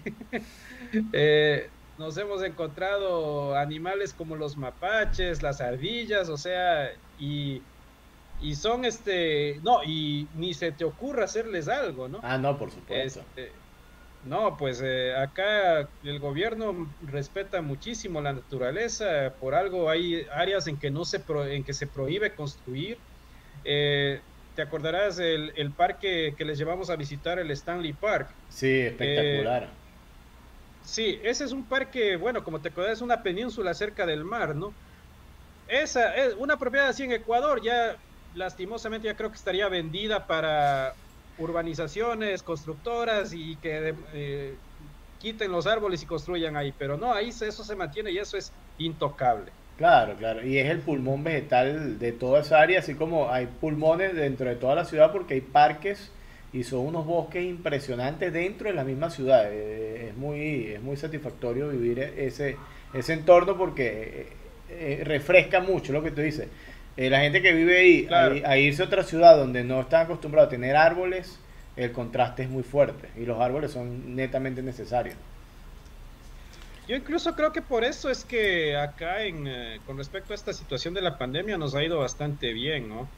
nos hemos encontrado animales como los mapaches, las ardillas, o sea, y son no, y ni se te ocurra hacerles algo, ¿no? Ah, no, por supuesto. Este, no, pues acá el gobierno respeta muchísimo la naturaleza, por algo hay áreas en que en que se prohíbe construir. Te acordarás el parque que les llevamos a visitar, el Stanley Park. Sí, Eh, espectacular. sí, ese es un parque, bueno, como te acordarás, es una península cerca del mar, ¿no? Esa es una propiedad así en Ecuador, ya lastimosamente ya creo que estaría vendida para urbanizaciones, constructoras y que quiten los árboles y construyan ahí, pero no, ahí eso se mantiene y eso es intocable. Claro, claro. Y es el pulmón vegetal de toda esa área, así como hay pulmones dentro de toda la ciudad porque hay parques y son unos bosques impresionantes dentro de la misma ciudad. Es muy satisfactorio vivir ese entorno porque refresca mucho lo que tú dices. La gente que vive ahí, Claro. a irse a otra ciudad donde no están acostumbrados a tener árboles, el contraste es muy fuerte y los árboles son netamente necesarios. Yo incluso creo que por eso es que acá con respecto a esta situación de la pandemia nos ha ido bastante bien, ¿no?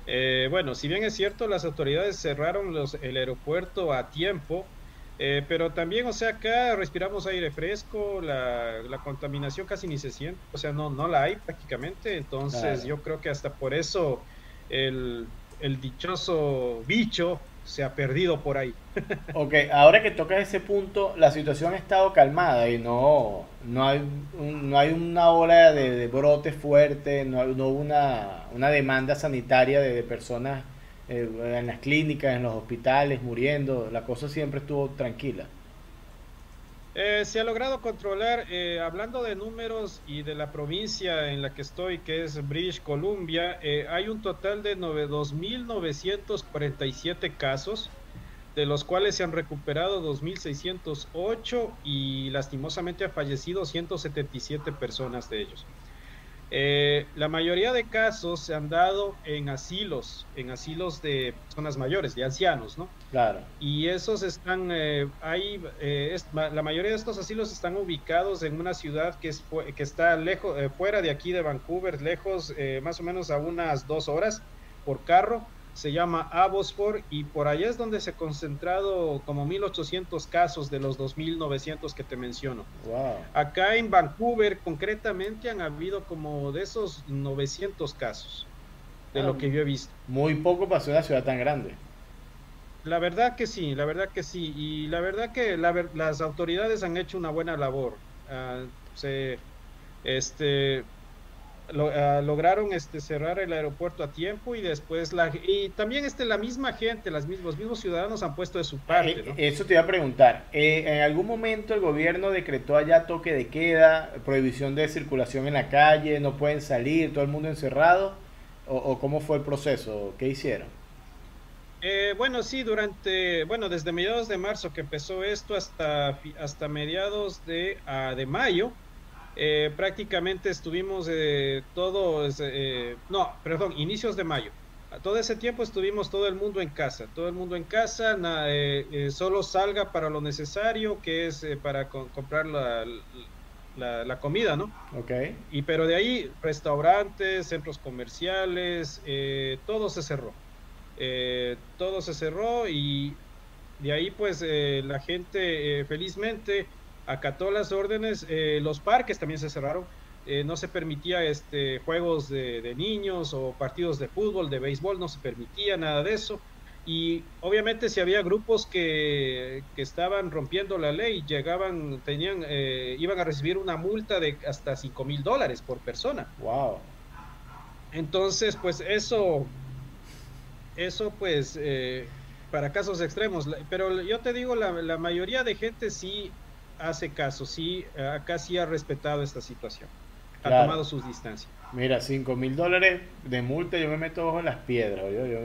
Bueno, si bien es cierto, las autoridades cerraron el aeropuerto a tiempo, pero también, o sea, acá respiramos aire fresco, la contaminación casi ni se siente, o sea, no la hay prácticamente, entonces Claro. yo creo que hasta por eso el dichoso bicho se ha perdido por ahí. Ok, ahora que tocas ese punto, la situación ha estado calmada y no hay una ola de brote fuerte, no hubo una demanda sanitaria de personas en las clínicas, en los hospitales, muriendo. La cosa siempre estuvo tranquila. Se ha logrado controlar, hablando de números y de la provincia en la que estoy, que es British Columbia, hay un total de 2.947 casos, de los cuales se han recuperado 2.608 y lastimosamente ha fallecido 177 personas de ellos. La mayoría de casos se han dado en asilos de personas mayores, de ancianos, ¿no? Claro. Y esos están, la mayoría de estos asilos están ubicados en una ciudad que está lejos, fuera de aquí de Vancouver, lejos, más o menos a unas 2 horas por carro. Se llama Abbotsford y por allá es donde se han concentrado como 1.800 casos de los 2.900 que te menciono. Wow. Acá en Vancouver, concretamente, han habido como de esos 900 casos, de Ah, lo que yo he visto. muy poco pasó en una ciudad tan grande. La verdad que sí, la verdad que sí. Y la verdad que las autoridades han hecho una buena labor. Este, lograron cerrar el aeropuerto a tiempo y después y también la misma gente, los mismos ciudadanos han puesto de su parte, ¿no? Eso te iba a preguntar. ¿En algún momento el gobierno decretó allá toque de queda, prohibición de circulación en la calle, no pueden salir, todo el mundo encerrado? O cómo fue el proceso? ¿Qué hicieron? Bueno, sí, bueno, desde mediados de marzo que empezó esto hasta mediados de mayo, prácticamente estuvimos no, perdón, inicios de mayo. Todo ese tiempo estuvimos todo el mundo en casa, solo salga para lo necesario, que es para comprar la comida, ¿no? Ok, Pero de ahí, restaurantes, centros comerciales, todo se cerró y de ahí pues la gente felizmente acató las órdenes. Los parques también se cerraron. No se permitía juegos de niños o partidos de fútbol, de béisbol, no se permitía nada de eso. Y obviamente si había grupos que estaban rompiendo la ley, iban a recibir una multa de hasta $5.000 por persona. wow, Entonces, pues eso pues para casos extremos, pero yo te digo, la mayoría de gente sí hace caso, sí, acá sí ha respetado esta situación, ha claro. tomado sus distancias. Mira, $5.000 de multa, yo me meto bajo las piedras.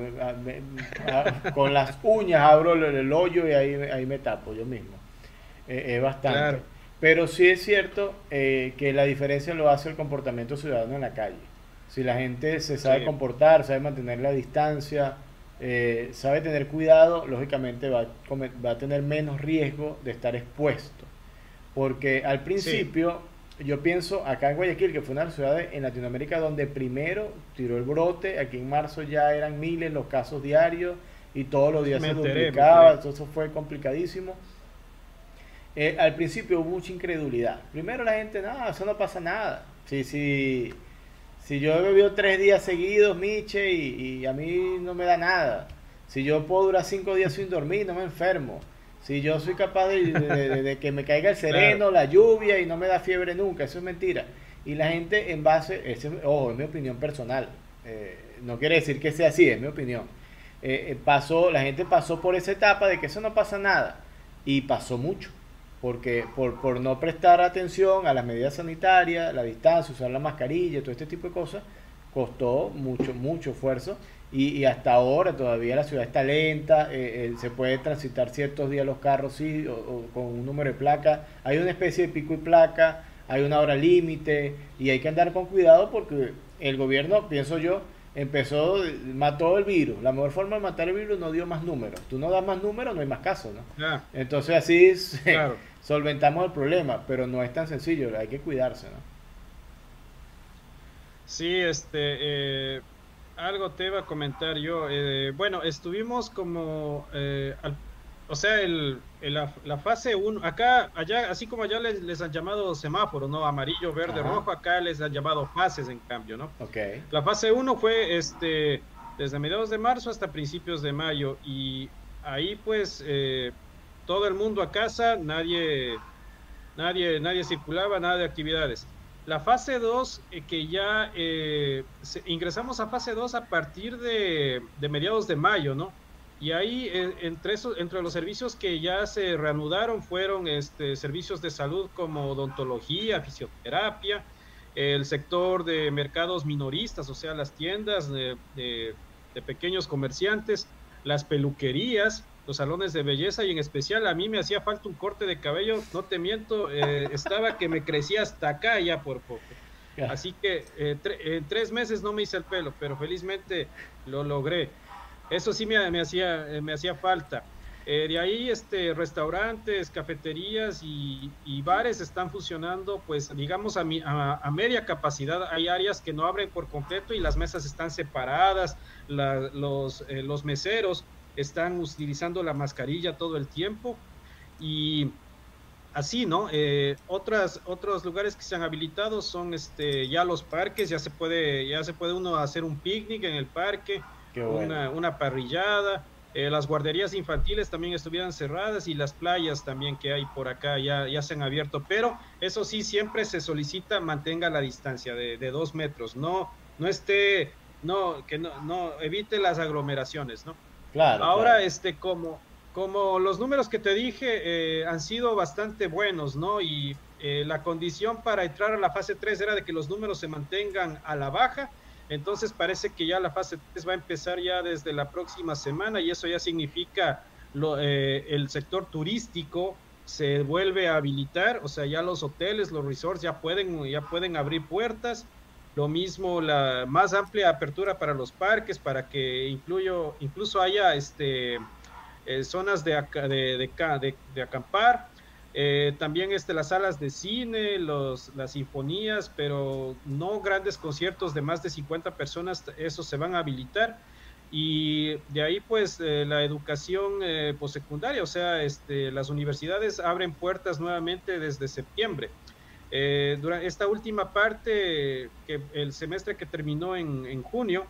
Con las uñas abro el hoyo y ahí me tapo yo mismo. Es bastante. Claro, Pero sí es cierto que la diferencia lo hace el comportamiento ciudadano en la calle. Si la gente se sabe sí, comportar, sabe mantener la distancia, sabe tener cuidado, lógicamente va a tener menos riesgo de estar expuesto. Porque al sí, principio, yo pienso acá en Guayaquil, que fue una ciudad en Latinoamérica donde primero tiró el brote, aquí en marzo ya eran miles los casos diarios y todos los días se me duplicaba, enteré. entonces eso fue complicadísimo. Al principio hubo mucha incredulidad. Primero la gente, no, eso no pasa nada. Si yo he bebido 3 días seguidos, Miche, y a mí no me da nada. Si yo puedo durar 5 días sin dormir, no me enfermo. Si yo soy capaz de que me caiga el Claro, sereno, la lluvia y no me da fiebre nunca, eso es mentira. Y la gente en base, ojo, es mi opinión personal, no quiere decir que sea así, es mi opinión. La gente pasó por esa etapa de que eso no pasa nada y pasó mucho, porque por no prestar atención a las medidas sanitarias, la distancia, usar la mascarilla, todo este tipo de cosas, costó mucho esfuerzo y hasta ahora todavía la ciudad está lenta, se puede transitar ciertos días los carros sí, o con un número de placa, hay una especie de pico y placa, hay una hora límite y hay que andar con cuidado porque el gobierno, pienso yo, mató el virus. La mejor forma de matar el virus no dio más números. Tú no das más números, no hay más casos, ¿no? ah, Entonces así claro. solventamos el problema, pero no es tan sencillo, hay que cuidarse, ¿no? Sí, algo te iba a comentar yo. Bueno, estuvimos como, o sea, la fase uno acá, allá, así como allá les han llamado semáforo, ¿no? Amarillo, verde, Ajá, rojo, acá les han llamado fases, en cambio, ¿no? ok. La fase uno fue desde mediados de marzo hasta principios de mayo y ahí pues todo el mundo a casa, nadie circulaba, nada de actividades. La fase 2 que ya ingresamos a fase 2 a partir de mediados de mayo, ¿no? Y ahí, entre los servicios que ya se reanudaron fueron servicios de salud como odontología, fisioterapia, el sector de mercados minoristas, o sea, las tiendas de pequeños comerciantes, las peluquerías, los salones de belleza y en especial a mí me hacía falta un corte de cabello, no te miento, estaba que me crecía hasta acá ya por poco. Ya. Así que en 3 meses no me hice el pelo, pero felizmente lo logré. Eso sí me hacía falta. De ahí, restaurantes, cafeterías y bares están funcionando, pues, digamos, a media capacidad. Hay áreas que no abren por completo y las mesas están separadas. Los meseros están utilizando la mascarilla todo el tiempo y así, ¿no? Otros lugares que se han habilitado son ya los parques, ya se puede uno hacer un picnic en el parque, Qué bueno. una parrillada, las guarderías infantiles también estuvieran cerradas y las playas también que hay por acá ya se han abierto, pero eso sí, siempre se solicita mantenga la distancia de 2 metros, no esté, no, que no evite las aglomeraciones, ¿no? Claro, claro. Ahora, como los números que te dije han sido bastante buenos, ¿no? Y la condición para entrar a la fase 3 era de que los números se mantengan a la baja, entonces parece que ya la fase 3 va a empezar ya desde la próxima semana y eso ya significa el sector turístico se vuelve a habilitar, o sea, ya los hoteles, los resorts ya pueden abrir puertas. Lo mismo, la más amplia apertura para los parques, para que incluso haya zonas de acampar. También las salas de cine, las sinfonías, pero no grandes conciertos de más de 50 personas, eso se van a habilitar. Y de ahí, pues, la educación postsecundaria, o sea, las universidades abren puertas nuevamente desde septiembre. Durante esta última parte, que el semestre que terminó en junio,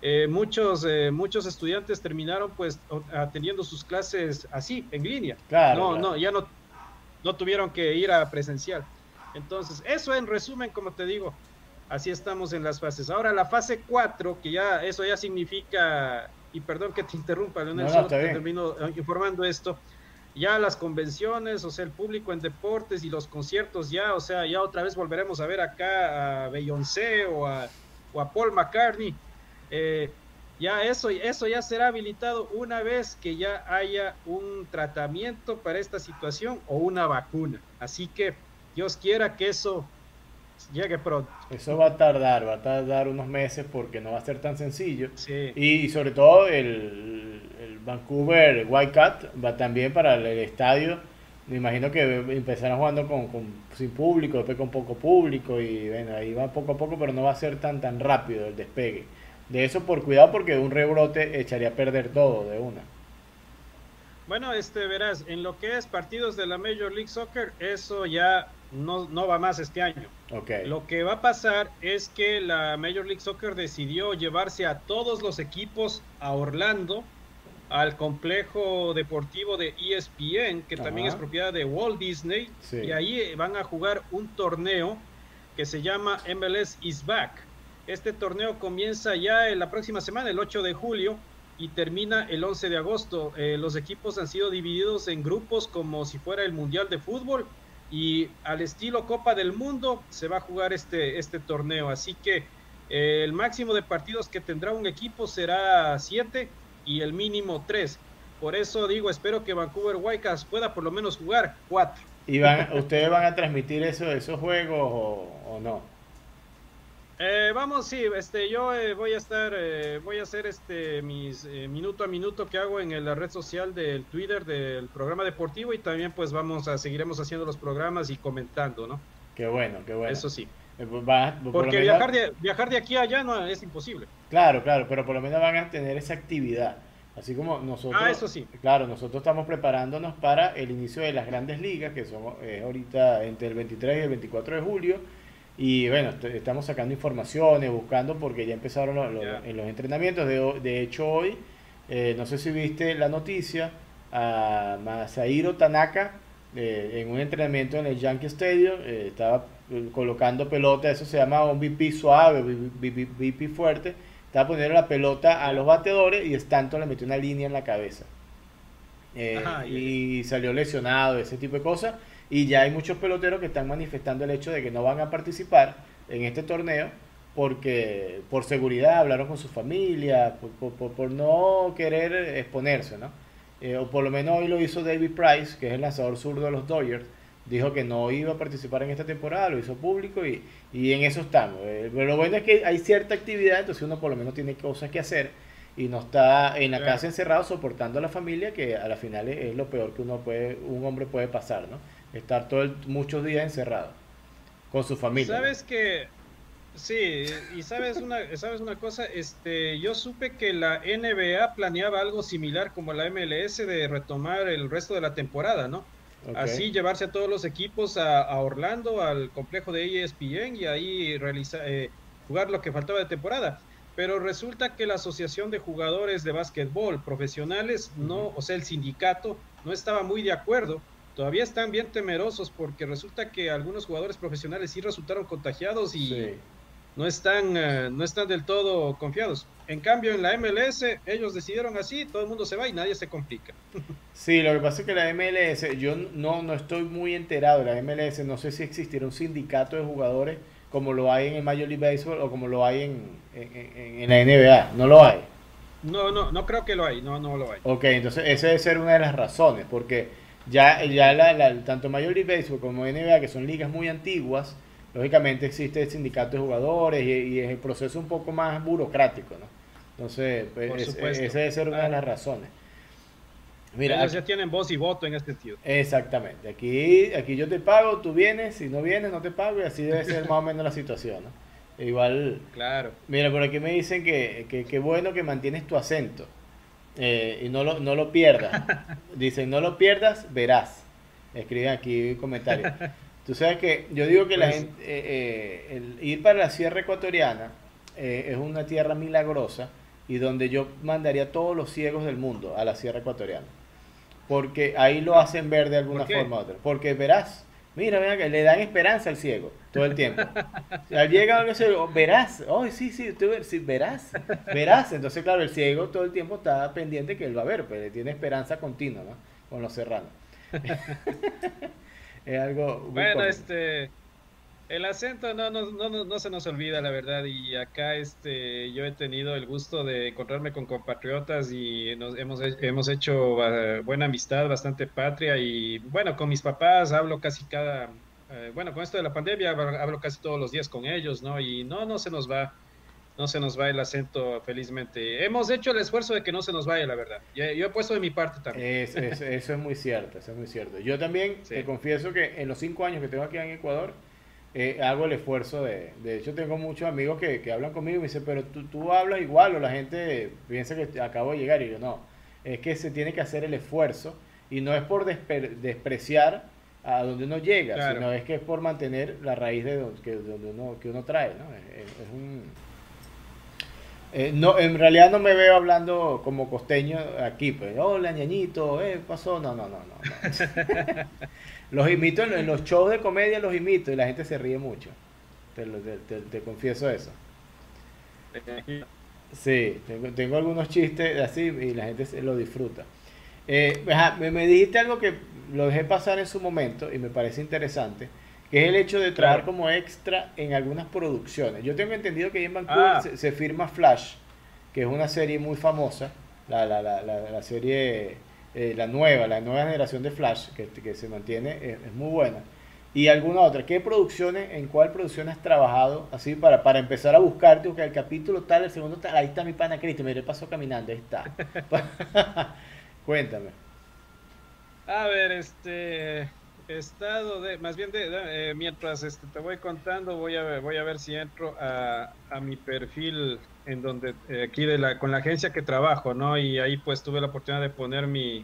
muchos estudiantes terminaron pues atendiendo sus clases así, en línea. Claro, No, claro. no, ya no tuvieron que ir a presencial. Entonces, eso en resumen, como te digo, así estamos en las fases. Ahora, la fase 4 que ya eso ya significa, y perdón que te interrumpa, Leonel, No, no, solo está te bien. termino informando esto, ya las convenciones, o sea, el público en deportes y los conciertos ya, o sea, ya otra vez volveremos a ver acá a Beyoncé o a Paul McCartney. Eh, ya eso ya será habilitado una vez que ya haya un tratamiento para esta situación o una vacuna. Así que Dios quiera que eso llegue pronto. Eso va a tardar unos meses porque no va a ser tan sencillo. Sí. Y sobre todo el Vancouver Wildcat va también para el estadio. Me imagino que empezarán jugando sin público, después con poco público y bueno, ahí va poco a poco, pero no va a ser tan rápido el despegue. De eso por cuidado porque un rebrote echaría a perder todo de una. Bueno, verás, en lo que es partidos de la Major League Soccer, eso ya no va más este año. Ok. Lo que va a pasar es que la Major League Soccer decidió llevarse a todos los equipos a Orlando, al complejo deportivo de ESPN, que también es Ajá. propiedad de Walt Disney, y Sí. ahí van a jugar un torneo que se llama MLS is Back. Este torneo comienza ya en la próxima semana, el 8 de julio, y termina el 11 de agosto. Los equipos han sido divididos en grupos como si fuera el Mundial de Fútbol y al estilo Copa del Mundo se va a jugar este torneo. Así que el máximo de partidos que tendrá un equipo será 7 y el mínimo 3. Por eso digo, espero que Vancouver Whitecaps pueda por lo menos jugar 4. ¿Ustedes van a transmitir esos juegos o no? Vamos, sí, yo voy a hacer mis minuto a minuto que hago en la red social del Twitter del programa deportivo y también pues seguiremos haciendo los programas y comentando, ¿no? Qué bueno, qué bueno. Eso sí. Pues por lo Porque menos, viajar de aquí a allá no es imposible. claro, claro, pero por lo menos van a tener esa actividad. Así como Ah, nosotros, eso sí. claro, nosotros estamos preparándonos para el inicio de las grandes ligas, que son ahorita entre el 23 y el 24 de julio. Y bueno, estamos sacando informaciones, buscando, porque ya empezaron Ya. en los entrenamientos. De hecho, hoy, no sé si viste la noticia, a Masahiro Tanaka, en un entrenamiento en el Yankee Stadium, estaba colocando pelota, eso se llama un BP suave, BP fuerte, estaba poniendo la pelota a Ya. los bateadores y Stanton le metió una línea en la cabeza. Ajá, Y salió lesionado, ese tipo de cosas. Y ya hay muchos peloteros que están manifestando el hecho de que no van a participar en este torneo porque por seguridad hablaron con su familia, por no querer exponerse, ¿no? O por lo menos hoy lo hizo David Price, que es el lanzador zurdo de los Dodgers, dijo que no iba a participar en esta temporada, lo hizo público y en eso estamos. Pero lo bueno es que hay cierta actividad, entonces uno por lo menos tiene cosas que hacer y no está en la casa claro. encerrado soportando a la familia, que a la final es lo peor que un hombre puede pasar, ¿no? Estar muchos días encerrado con su familia, ¿no? Sabes que, sí, y sabes una cosa, yo supe que la NBA planeaba algo similar como la MLS de retomar el resto de la temporada, ¿no? Ok. Así llevarse a todos los equipos a Orlando, al complejo de ESPN y ahí jugar lo que faltaba de temporada. Pero resulta que la Asociación de Jugadores de Básquetbol Profesionales, Ujú. no, o sea, el sindicato, no estaba muy de acuerdo. Todavía están bien temerosos porque resulta que algunos jugadores profesionales sí resultaron contagiados y Sí. no están del todo confiados. En cambio, en la MLS, ellos decidieron así, todo el mundo se va y nadie se complica. Sí, lo que pasa es que la MLS, yo no estoy muy enterado de la MLS, no sé si existirá un sindicato de jugadores como lo hay en el Major League Baseball o como lo hay en la NBA, no lo hay. No creo que lo hay, no lo hay. Ok, entonces esa debe ser una de las razones, porque tanto Major League Baseball como NBA, que son ligas muy antiguas, lógicamente existe el sindicato de jugadores y es el proceso un poco más burocrático, ¿no? Entonces, Por pues, esa supuesto. debe ser una de Ah, las razones. Mira, ellos ya tienen voz y voto en este sentido. exactamente, aquí yo te pago, tú vienes, si no vienes no te pago y así debe ser más o menos la situación, ¿no? Igual, Claro. mira, por aquí me dicen que bueno que mantienes tu acento. Y no lo pierdas. Dicen, no lo pierdas, verás. Escriben aquí comentarios. Tú sabes que yo digo que la Pues gente, el ir para la Sierra Ecuatoriana es una tierra milagrosa y donde yo mandaría a todos los ciegos del mundo a la Sierra Ecuatoriana. Porque ahí lo hacen ver de ¿por alguna qué? forma u otra. Porque verás, mira, mira, que le dan esperanza al ciego todo el tiempo. Al llega algo ciego, verás, oh, sí, sí, sí, verás, verás. Entonces, claro, el ciego todo el tiempo está pendiente que él va a ver, pero tiene esperanza continua, ¿no? Con los serranos. Es algo muy Bueno, cómico. el acento no se nos olvida, la verdad. Y acá yo he tenido el gusto de encontrarme con compatriotas y hemos hecho buena amistad, bastante patria. Y bueno, con mis papás hablo bueno, con esto de la pandemia hablo casi todos los días con ellos, ¿no? Y no se nos va el acento, felizmente. Hemos hecho el esfuerzo de que no se nos vaya, la verdad. Yo he puesto de mi parte también. Eso es muy cierto, eso es muy cierto. Yo también te Sí, confieso que en los 5 años que tengo aquí en Ecuador, hago el esfuerzo de hecho tengo muchos amigos que hablan conmigo y me dicen, pero tú hablas igual o la gente piensa que acabo de llegar y yo no. Es que se tiene que hacer el esfuerzo y no es por despreciar a donde uno llega, claro. sino es que es por mantener la raíz que uno trae, ¿no? Es un, no, en realidad no me veo hablando como costeño aquí, pues, hola ñañito, pasó? No. Los imito en los shows de comedia, los imito y la gente se ríe mucho. Te confieso eso. Sí, tengo algunos chistes así y la gente lo disfruta. Ajá, me dijiste algo que lo dejé pasar en su momento y me parece interesante, que es el hecho de trabajar Claro. como extra en algunas producciones. Yo tengo entendido que ahí en Vancouver Ah, se firma Flash, que es una serie muy famosa, la serie, la nueva generación de Flash, que se mantiene, es muy buena. Y alguna otra, en cuál producción has trabajado? Así para empezar a buscarte, buscar el capítulo tal, el segundo tal, ahí está mi pana Cristo, mire, pasó caminando, ahí está. Cuéntame. a ver, más bien mientras te voy contando, voy a ver si entro a mi perfil en donde, aquí con la agencia que trabajo, ¿no? Y ahí pues tuve la oportunidad de poner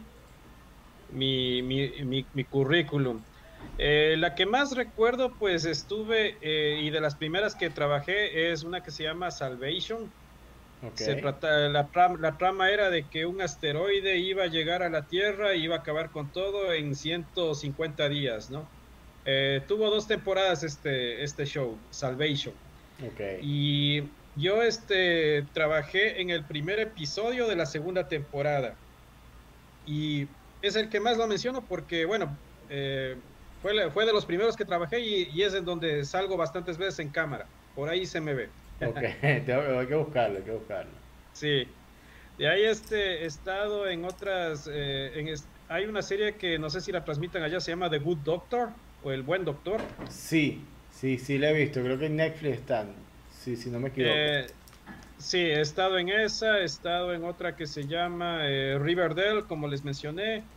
mi currículum. La que más recuerdo, pues estuve, y de las primeras que trabajé es una que se llama Salvation. Ok, La trama era de que un asteroide iba a llegar a la Tierra y iba a acabar con todo en 150 días, ¿no? Tuvo dos temporadas este show, Salvation. ok. Y yo trabajé en el primer episodio de la segunda temporada. Y es el que más lo menciono porque, bueno, fue de los primeros que trabajé y es en donde salgo bastantes veces en cámara. Por ahí se me ve. Ok, hay que buscarlo, hay que buscarlo. Sí. De ahí he estado en otras, hay una serie que no sé si la transmiten allá, se llama The Good Doctor o El Buen Doctor. Sí, sí, sí, la he visto. Creo que en Netflix están. Sí, si no me equivoco. Eh, sí, he estado en esa, he estado en otra que se llama Riverdale, como les mencioné.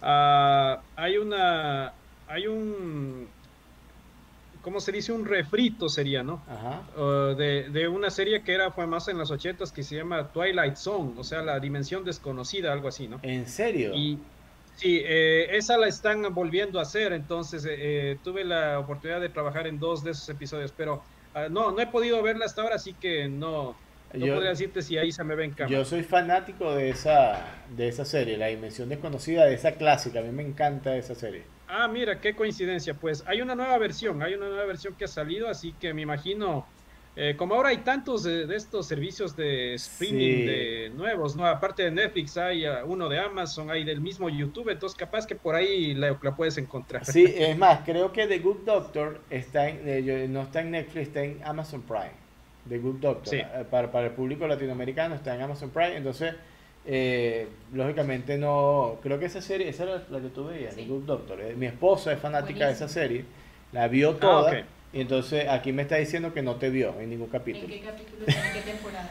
Hay un, ¿cómo se dice? Un refrito sería, ¿no? Ajá. De una serie fue más en los ochentas que se llama Twilight Zone, o sea, la dimensión desconocida, algo así, ¿no? ¿En serio? Y sí, esa la están volviendo a hacer, entonces tuve la oportunidad de trabajar en dos de esos episodios, pero no he podido verla hasta ahora, así que no Yo, podría decirte si ahí se me ve en yo cámara. soy fanático de esa serie, La Dimensión Desconocida, de esa clásica. A mí me encanta esa serie. Ah, mira, qué coincidencia. Pues hay una nueva versión que ha salido, así que me imagino, como ahora hay tantos de estos servicios de streaming Sí, de nuevos, ¿no? Aparte de Netflix, hay uno de Amazon, hay del mismo YouTube, entonces capaz que por ahí la puedes encontrar. sí, es más, creo que The Good Doctor no está en Netflix, está en Amazon Prime. The Good Doctor, Sí, para el público latinoamericano está en Amazon Prime, entonces, lógicamente no, creo que esa serie, esa era la que tú veías, The Sí, Good Doctor. Mi esposa es fanática de esa buenísimo. serie, la vio ah, ok. toda, y entonces aquí me está diciendo que no te vio en ningún ¿En capítulo. qué capítulo está? ¿En qué temporada?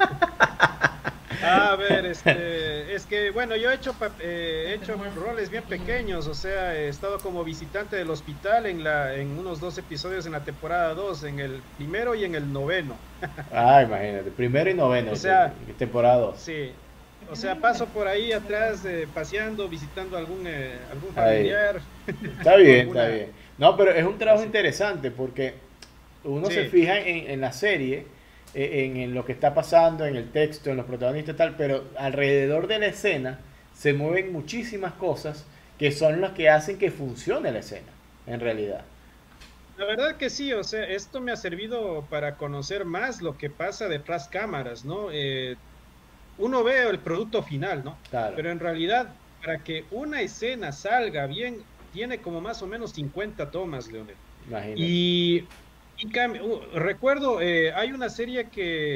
A ver, es que, bueno, yo he hecho roles bien pequeños, o sea, he estado como visitante del hospital en unos dos episodios en la temporada 2, en el primero y en el noveno. Ah, imagínate, primero y noveno, O sea, temporada 2. sí, o sea, paso por ahí atrás, paseando, visitando algún Ahí. familiar Está o bien, está alguna, bien. No, pero es un trabajo así. interesante porque uno se Sí, fija en la serie, en lo que está pasando, en el texto, en los protagonistas y tal, pero alrededor de la escena se mueven muchísimas cosas que son las que hacen que funcione la escena, en realidad. la verdad que sí, o sea, esto me ha servido para conocer más lo que pasa detrás cámaras, ¿no? Uno ve el producto final, ¿no? Claro, Pero en realidad, para que una escena salga bien, tiene como más o menos 50 tomas, Leonel. imagínate. Y, recuerdo, hay una serie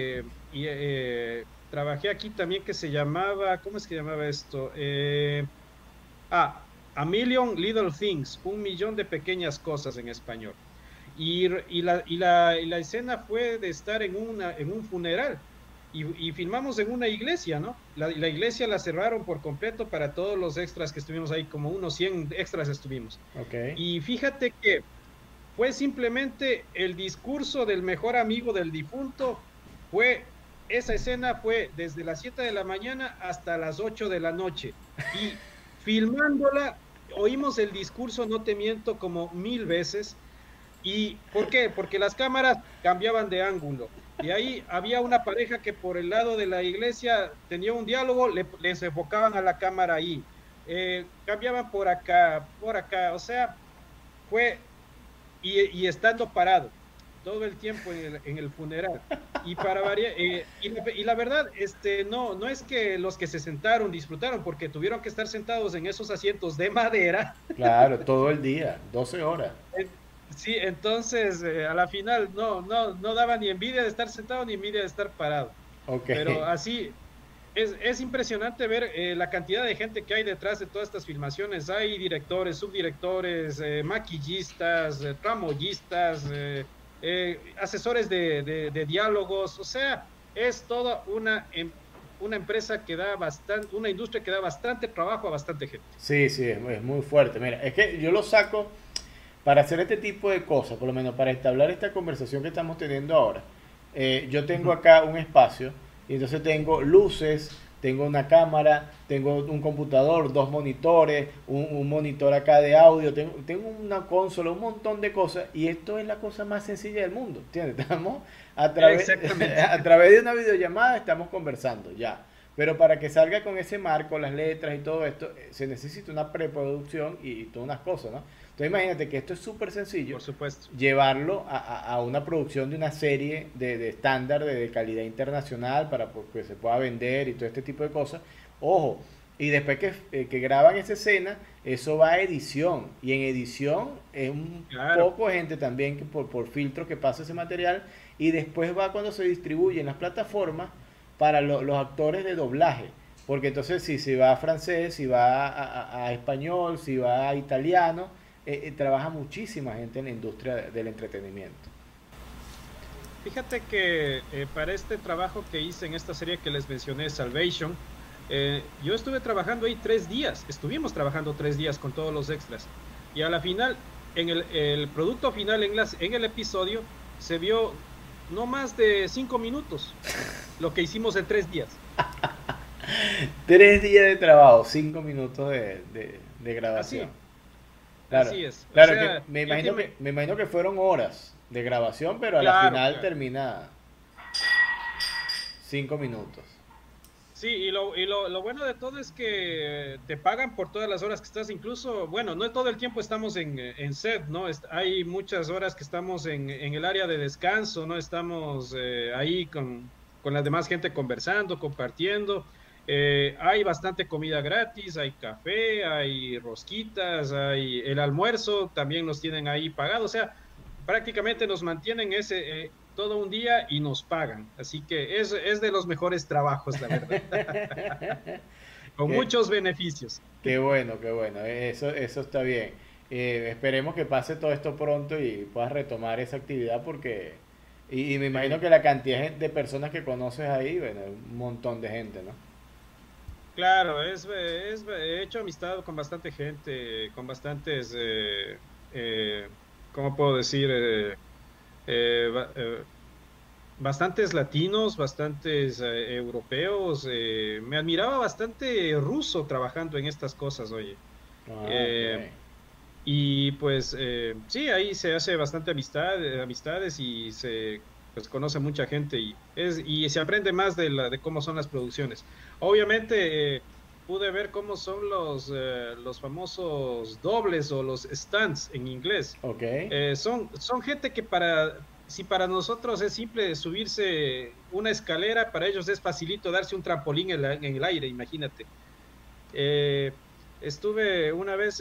trabajé aquí también que se llamaba, ¿cómo es que llamaba esto? A Million Little Things, un millón de pequeñas cosas en español. Y la escena fue de estar en un funeral y filmamos en una iglesia, ¿no? La iglesia la cerraron por completo para todos los extras que estuvimos ahí, como unos 100 extras estuvimos. Ok. Y fíjate que fue simplemente el discurso del mejor amigo del difunto, esa escena fue desde las 7 de la mañana hasta las 8 de la noche. Y filmándola, oímos el discurso, no te miento, como 1000 veces. ¿Y por qué? Porque las cámaras cambiaban de ángulo. Y ahí había una pareja que por el lado de la iglesia tenía un diálogo, les enfocaban a la cámara ahí. Cambiaban por acá. O sea, fue y estando parado todo el tiempo en el funeral. Y para variar, y la verdad, no es que los que se sentaron disfrutaron, porque tuvieron que estar sentados en esos asientos de madera. Claro, todo el día, 12 horas. Eh, Sí, entonces a la final no daba ni envidia de estar sentado ni envidia de estar parado. Ok. Pero así es impresionante ver la cantidad de gente que hay detrás de todas estas filmaciones. Hay directores, subdirectores, maquillistas, tramoyistas, asesores de diálogos. O sea, es toda una empresa que da bastante, una industria que da bastante trabajo a bastante gente. Sí, sí, es muy fuerte. Mira, es que yo lo saco para hacer este tipo de cosas, por lo menos para establecer esta conversación que estamos teniendo ahora. Yo tengo Ujú. acá un espacio y entonces tengo luces, tengo una cámara, tengo un computador, dos monitores, un monitor acá de audio, tengo una consola, un montón de cosas y esto es la cosa más sencilla del mundo, ¿entiendes? Estamos a través, Exactamente. a través de una videollamada, estamos conversando ya. Pero para que salga con ese marco, las letras y todo esto, se necesita una preproducción y todas unas cosas, ¿no? Entonces imagínate que esto es súper sencillo, Por supuesto. llevarlo a una producción de una serie de estándar de calidad internacional para que se pueda vender y todo este tipo de cosas. Ojo, y después que graban esa escena, eso va a edición. Y en edición es un Claro. poco de gente también que por filtros que pasa ese material. Y después va cuando se distribuye en las plataformas para los actores de doblaje. Porque entonces si va a francés, si va a español, si va a italiano, trabaja muchísima gente en la industria del entretenimiento. Fíjate que para este trabajo que hice en esta serie que les mencioné, Salvation, yo estuve trabajando ahí 3 días, estuvimos trabajando 3 días con todos los extras. Y a la final, en el producto final, en el episodio, se vio no más de 5 minutos lo que hicimos en 3 días. 3 días de trabajo, 5 minutos de grabación. Así, Claro, así es. O claro que sea, yo te me imagino que fueron horas de grabación, pero a la claro, final claro. termina 5 minutos. Sí, lo bueno de todo es que te pagan por todas las horas que estás, incluso, bueno, no todo el tiempo estamos en set, ¿no? Hay muchas horas que estamos en el área de descanso, ¿no? Estamos ahí con la demás gente conversando, compartiendo. Hay bastante comida gratis, hay café, hay rosquitas, hay el almuerzo, también nos tienen ahí pagado, o sea, prácticamente nos mantienen todo un día y nos pagan. Así que es de los mejores trabajos, la verdad, con Qué, muchos beneficios. qué bueno, qué bueno. Eso está bien. Esperemos que pase todo esto pronto y puedas retomar esa actividad porque... Y me imagino Sí, que la cantidad de personas que conoces ahí, bueno, un montón de gente, ¿no? claro, he hecho amistad con bastante gente, con bastantes, eh, ¿cómo puedo decir? Bastantes latinos, bastantes europeos. Me admiraba bastante ruso trabajando en estas cosas, oye. Ah, ok. Eh, Y pues sí, ahí se hace bastante amistades y se pues, conoce mucha gente y se aprende más de cómo son las producciones. Obviamente pude ver cómo son los famosos dobles o los stunts en inglés. Ok. Son gente que si para nosotros es simple subirse una escalera, para ellos es facilito darse un trampolín en el aire, imagínate. Eh, Estuve una vez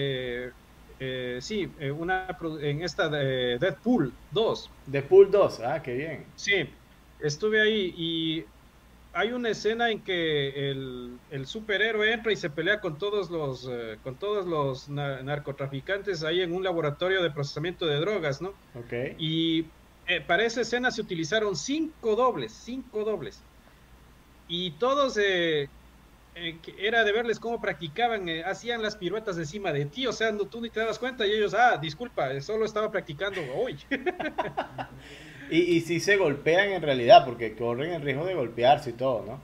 sí, en esta de Deadpool 2. The Pool 2, ah, qué bien. Sí, estuve ahí y hay una escena en que el superhéroe entra y se pelea con todos los narcotraficantes ahí en un laboratorio de procesamiento de drogas, ¿no? Ok. Y para esa escena se utilizaron cinco dobles. Y todos que era de verles cómo practicaban, hacían las piruetas encima de ti, o sea, no, tú ni te das cuenta y ellos, disculpa, solo estaba practicando hoy. Y si se golpean en realidad, porque corren el riesgo de golpearse y todo, ¿no?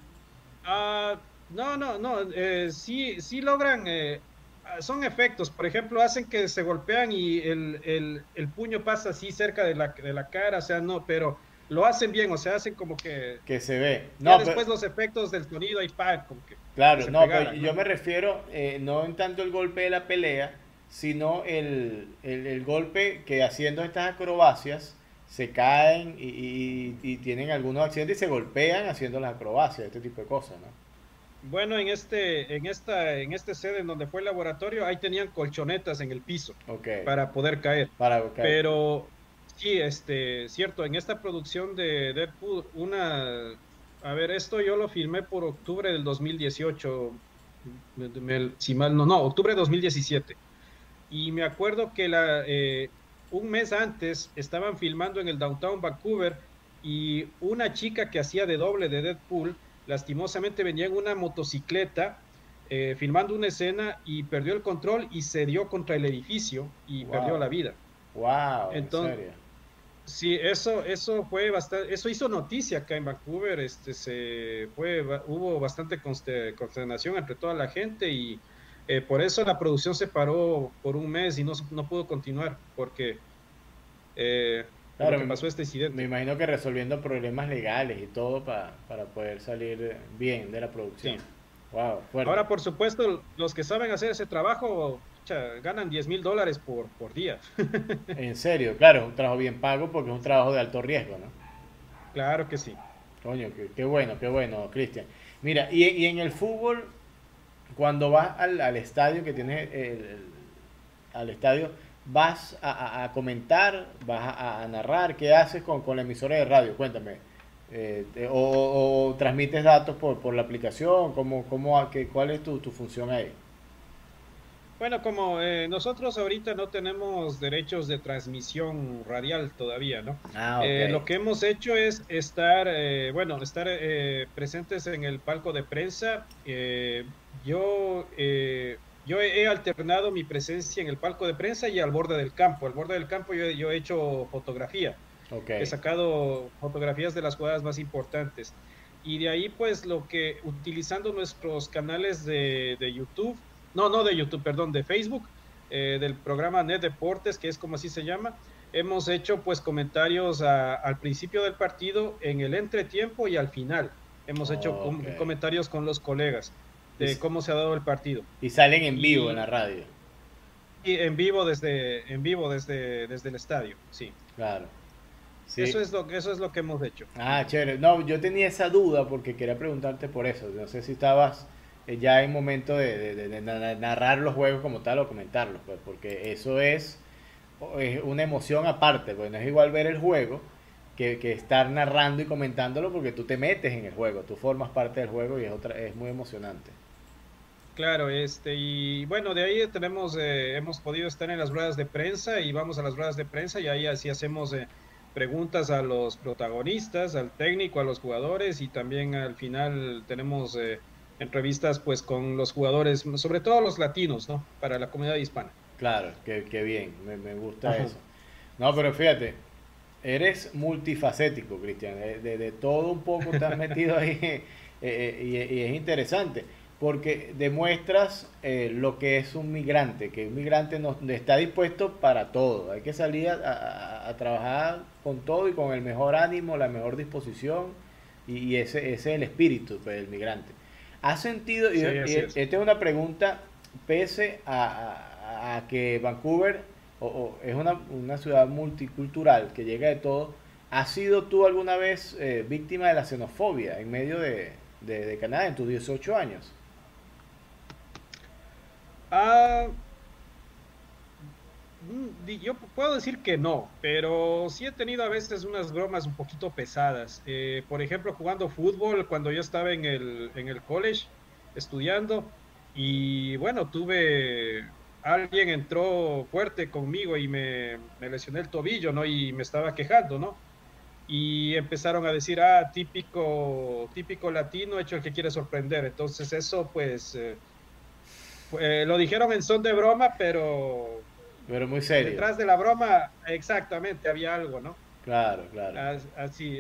No, no, no, sí, sí logran, son efectos, por ejemplo, hacen que se golpean y el puño pasa así cerca de la cara, o sea, no, pero lo hacen bien, o sea, hacen como que Que se ve. ya No, pero, después los efectos del sonido y pa, como que claro, se no, pero pegaran, yo ¿no? me refiero no en tanto el golpe de la pelea, sino el golpe que haciendo estas acrobacias se caen y tienen algunos accidentes y se golpean haciendo las acrobacias, este tipo de cosas, ¿no? Bueno, en este sede en donde fue el laboratorio, ahí tenían colchonetas en el piso Ok, para poder caer. ok, Pero sí, cierto, en esta producción de Deadpool, a ver, esto yo lo filmé por octubre del 2018, si mal no, octubre de 2017. Y me acuerdo que un mes antes estaban filmando en el Downtown Vancouver y una chica que hacía de doble de Deadpool lastimosamente venía en una motocicleta filmando una escena y perdió el control y se dio contra el edificio y perdió Wow, la vida. wow, en Entonces, serio. sí, eso fue bastante, eso hizo noticia acá en Vancouver, hubo bastante consternación entre toda la gente y por eso la producción se paró por un mes y no pudo continuar por lo Claro, que pasó este me incidente. imagino que resolviendo problemas legales y todo para poder salir bien de la producción. Sí. Wow, fuerte. Ahora, por supuesto, los que saben hacer ese trabajo, pucha, ganan $10,000 por día. En serio, claro, es un trabajo bien pago porque es un trabajo de alto riesgo, ¿no? Claro que sí. Coño, qué bueno, Cristian. Mira, y en el fútbol, cuando vas al estadio, que tienes al estadio, vas a comentar, vas a narrar, ¿qué haces con la emisora de radio? Cuéntame. O transmites datos por la aplicación, ¿cuál es tu función ahí? Bueno, como nosotros ahorita no tenemos derechos de transmisión radial todavía, ¿no? Ah, ok. Lo que hemos hecho es estar presentes en el palco de prensa. Yo he alternado mi presencia en el palco de prensa y al borde del campo. Al borde del campo yo he hecho fotografía. Ok. He sacado fotografías de las jugadas más importantes. Y de ahí, pues, utilizando nuestros canales de YouTube, no de YouTube, perdón, de Facebook, del programa Net Deportes, que es como así se llama, hemos hecho, pues, comentarios al principio del partido, en el entretiempo y al final. Hemos hecho Ok. comentarios con los colegas Y, de cómo se ha dado el partido. y salen en vivo en la Y, radio. y desde el estadio, sí. Claro. Sí. Eso es lo que hemos hecho. Ah, chévere. No, yo tenía esa duda porque quería preguntarte por eso. No sé si estabas ya en momento de narrar los juegos como tal o comentarlos, pues, porque eso es una emoción aparte, pues no es igual ver el juego que estar narrando y comentándolo porque tú te metes en el juego, tú formas parte del juego y es muy emocionante. Claro, y bueno, de ahí hemos podido estar en las ruedas de prensa y vamos a las ruedas de prensa y ahí así hacemos preguntas a los protagonistas, al técnico, a los jugadores y también al final tenemos entrevistas pues con los jugadores, sobre todo los latinos, ¿no? Para la comunidad hispana. Claro, que bien, me gusta Ajá. eso. No, pero fíjate, eres multifacético, Cristian. De todo un poco estás metido ahí y es interesante porque demuestras lo que es un migrante, que un migrante no está dispuesto para todo. Hay que salir a trabajar con todo y con el mejor ánimo, la mejor disposición y ese es el espíritu pues, del migrante. ¿Has sentido, Sí, y así es. esta es una pregunta, pese a que Vancouver es una ciudad multicultural que llega de todo, ¿has sido tú alguna vez víctima de la xenofobia en medio de Canadá en tus 18 años? Ah, yo puedo decir que no, pero sí he tenido a veces unas bromas un poquito pesadas. Por ejemplo, jugando fútbol cuando yo estaba en el college estudiando y bueno, alguien entró fuerte conmigo y me lesioné el tobillo, ¿no? Y me estaba quejando, ¿no? Y empezaron a decir, típico latino hecho el que quiere sorprender. Entonces eso pues lo dijeron en son de broma, pero Pero muy serio. detrás de la broma, exactamente, había algo, ¿no? Claro, claro. Así,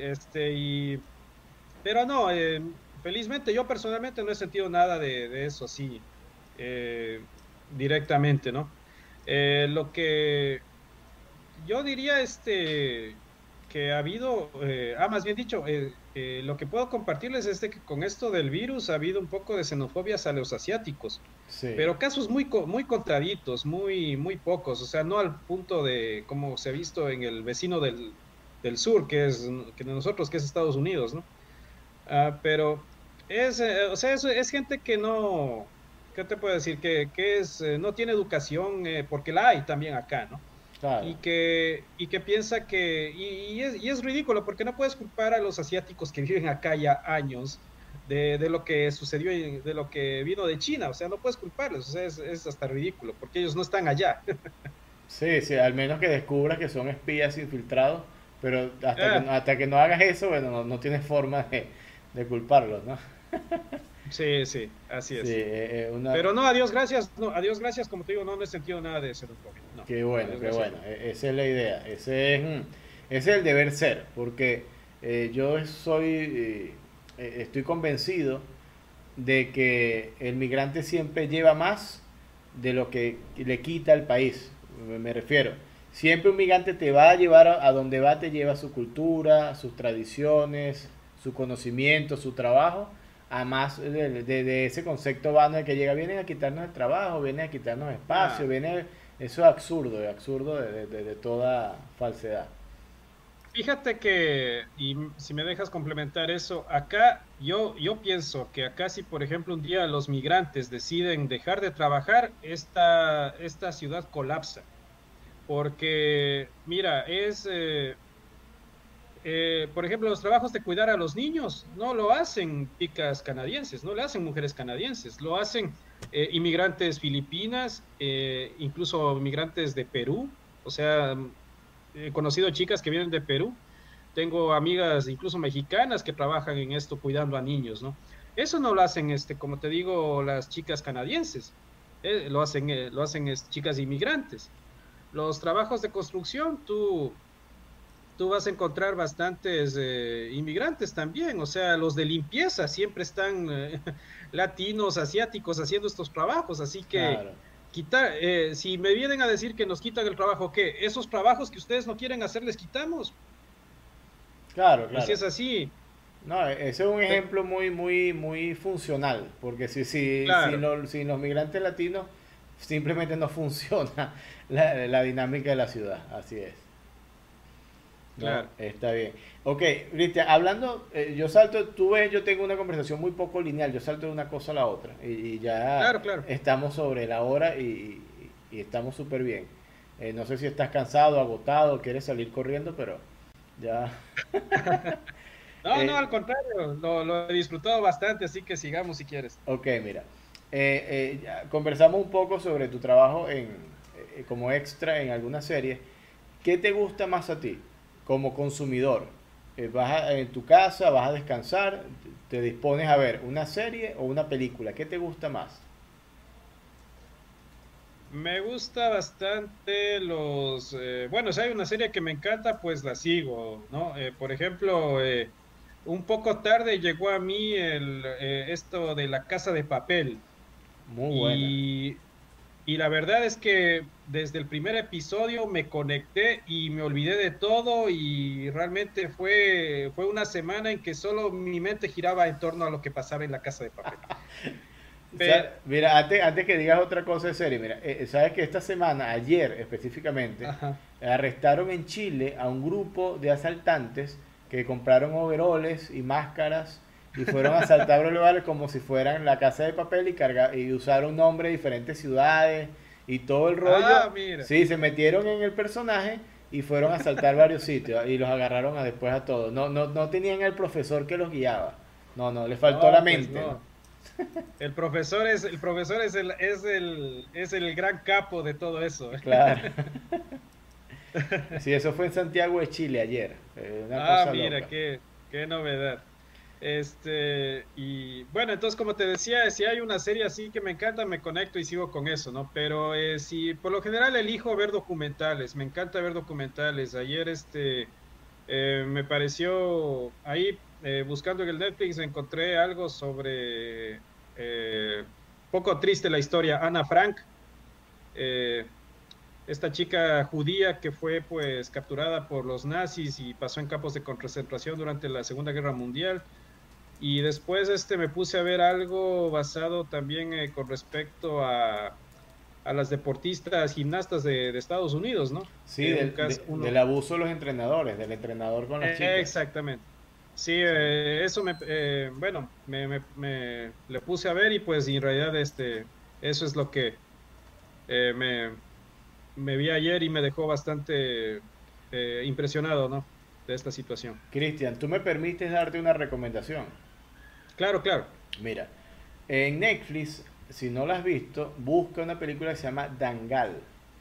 pero no, felizmente yo personalmente no he sentido nada de eso así, eh, directamente, ¿no? Lo que yo diría, que ha habido, más bien dicho, lo que puedo compartirles es de que con esto del virus ha habido un poco de xenofobia hacia los asiáticos, Sí, pero casos muy contraditos, muy pocos, o sea, no al punto de como se ha visto en el vecino del sur, que de nosotros, que es Estados Unidos, ¿no? Pero o sea, es gente que no, ¿qué te puedo decir? No tiene educación, porque la hay también acá, ¿no? claro. Y que piensa y es ridículo porque no puedes culpar a los asiáticos que viven acá ya años de lo que sucedió, de lo que vino de China, o sea, no puedes culparlos, o sea, es hasta ridículo porque ellos no están allá. Sí, sí, al menos que descubras que son espías infiltrados, pero Ah, hasta que no hagas eso, bueno, no tienes forma de culparlos, ¿no? Sí, sí, así Sí, es. una... Pero no, adiós, gracias. No, adiós, gracias. Como te digo, no, no he sentido nada de xenofobia. No, Qué no, bueno, adiós, qué gracias, bueno. no. Esa es la idea. Ese es el deber ser, porque yo estoy convencido de que el migrante siempre lleva más de lo que le quita al país. Me refiero. Siempre un migrante te va a llevar a donde va, te lleva su cultura, sus tradiciones, su conocimiento, su trabajo, a más de ese concepto vano de que llega, vienen a quitarnos el trabajo, vienen a quitarnos espacio, Nada. viene, eso es absurdo de toda falsedad. Fíjate que, si me dejas complementar eso, acá yo pienso que acá si, por ejemplo, un día los migrantes deciden dejar de trabajar, esta ciudad colapsa. Porque, mira, por ejemplo, los trabajos de cuidar a los niños no lo hacen chicas canadienses, no lo hacen mujeres canadienses, lo hacen inmigrantes filipinas, incluso inmigrantes de Perú. O sea, he conocido chicas que vienen de Perú. Tengo amigas incluso mexicanas que trabajan en esto cuidando a niños, ¿no? Eso no lo hacen, como te digo, las chicas canadienses. Lo hacen chicas inmigrantes. Los trabajos de construcción, tú vas a encontrar bastantes inmigrantes también, o sea, los de limpieza siempre están latinos, asiáticos haciendo estos trabajos, así que Claro, si me vienen a decir que nos quitan el trabajo, ¿qué? Esos trabajos que ustedes no quieren hacer les quitamos, claro, pues si claro. es así, No, ese es un pe- ejemplo muy funcional, porque claro, sin los migrantes latinos simplemente no funciona la dinámica de la ciudad, así es. No, claro, está bien. Ok, Cristian, hablando, yo salto, tú ves, yo tengo una conversación muy poco lineal, yo salto de una cosa a la otra y ya claro, claro. estamos sobre la hora y estamos súper bien. No sé si estás cansado, agotado, quieres salir corriendo, pero ya. No, no, Eh, al contrario, lo he disfrutado bastante, así que sigamos si quieres. ok, mira, ya conversamos un poco sobre tu trabajo como extra en alguna serie. ¿Qué te gusta más a ti como consumidor? En tu casa, vas a descansar, te dispones a ver una serie o una película. ¿Qué te gusta más? Me gusta bastante bueno, si hay una serie que me encanta, pues la sigo, ¿no? Por ejemplo, un poco tarde llegó a mí esto de La Casa de Papel Muy buena. y, y la verdad es que desde el primer episodio me conecté y me olvidé de todo y realmente fue una semana en que solo mi mente giraba en torno a lo que pasaba en La Casa de Papel. Mira, antes que digas otra cosa de serie, mira, sabes que esta semana, ayer específicamente, Ajá. arrestaron en Chile a un grupo de asaltantes que compraron overoles y máscaras y fueron a asaltar lugares como si fueran la Casa de Papel y usaron nombres de diferentes ciudades y todo el rollo. Ah, mira. Sí, se metieron en el personaje y fueron a asaltar varios sitios y los agarraron después a todos. No tenían el profesor que los guiaba. No, les faltó la No, pues mente. no. El profesor es el gran capo de todo eso. Claro. Sí, eso fue en Santiago de Chile ayer. Una Ah, cosa mira, loca. qué novedad. Y bueno, entonces como te decía, si hay una serie así que me encanta, me conecto y sigo con eso, ¿no? Pero si por lo general elijo ver documentales, me encanta ver documentales. Ayer me pareció ahí buscando en el Netflix encontré algo sobre poco triste la historia, Ana Frank, eh, esta chica judía que fue pues capturada por los nazis y pasó en campos de concentración durante la Segunda Guerra Mundial. Y después me puse a ver algo basado también con respecto a las deportistas gimnastas de Estados Unidos, ¿no? Sí, Un caso, del abuso de los entrenadores, del entrenador con las chicas. exactamente. Sí, Sí. eso bueno, le puse a ver y pues en realidad eso es lo que eh, me, me vi ayer y me dejó bastante impresionado, ¿no? De esta situación. Cristian, ¿tú me permites darte una recomendación? Claro, claro. Mira, en Netflix, si no la has visto, busca una película que se llama Dangal.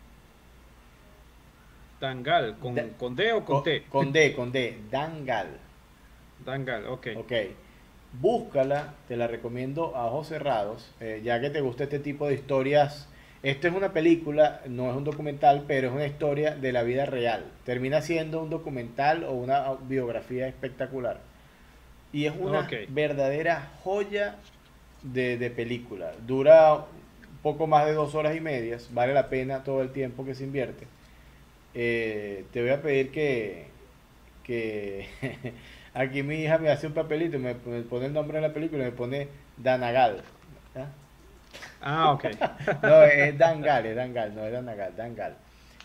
Dangal, Da- con D o con T. con D, Dangal. Dangal, ok. Ok. búscala, te la recomiendo a ojos cerrados, ya que te gusta este tipo de historias. Esto es una película, no es un documental, pero es una historia de la vida real. Termina siendo un documental o una biografía espectacular. Y es una Ok. verdadera joya de película. Dura un poco más de 2 horas y media, vale la pena todo el tiempo que se invierte. Te voy a pedir que aquí mi hija me hace un papelito, me pone el nombre de la película, me pone Danagal. ¿Ah? Ah, ok. No, es Dangal, no es Danagal, Dangal.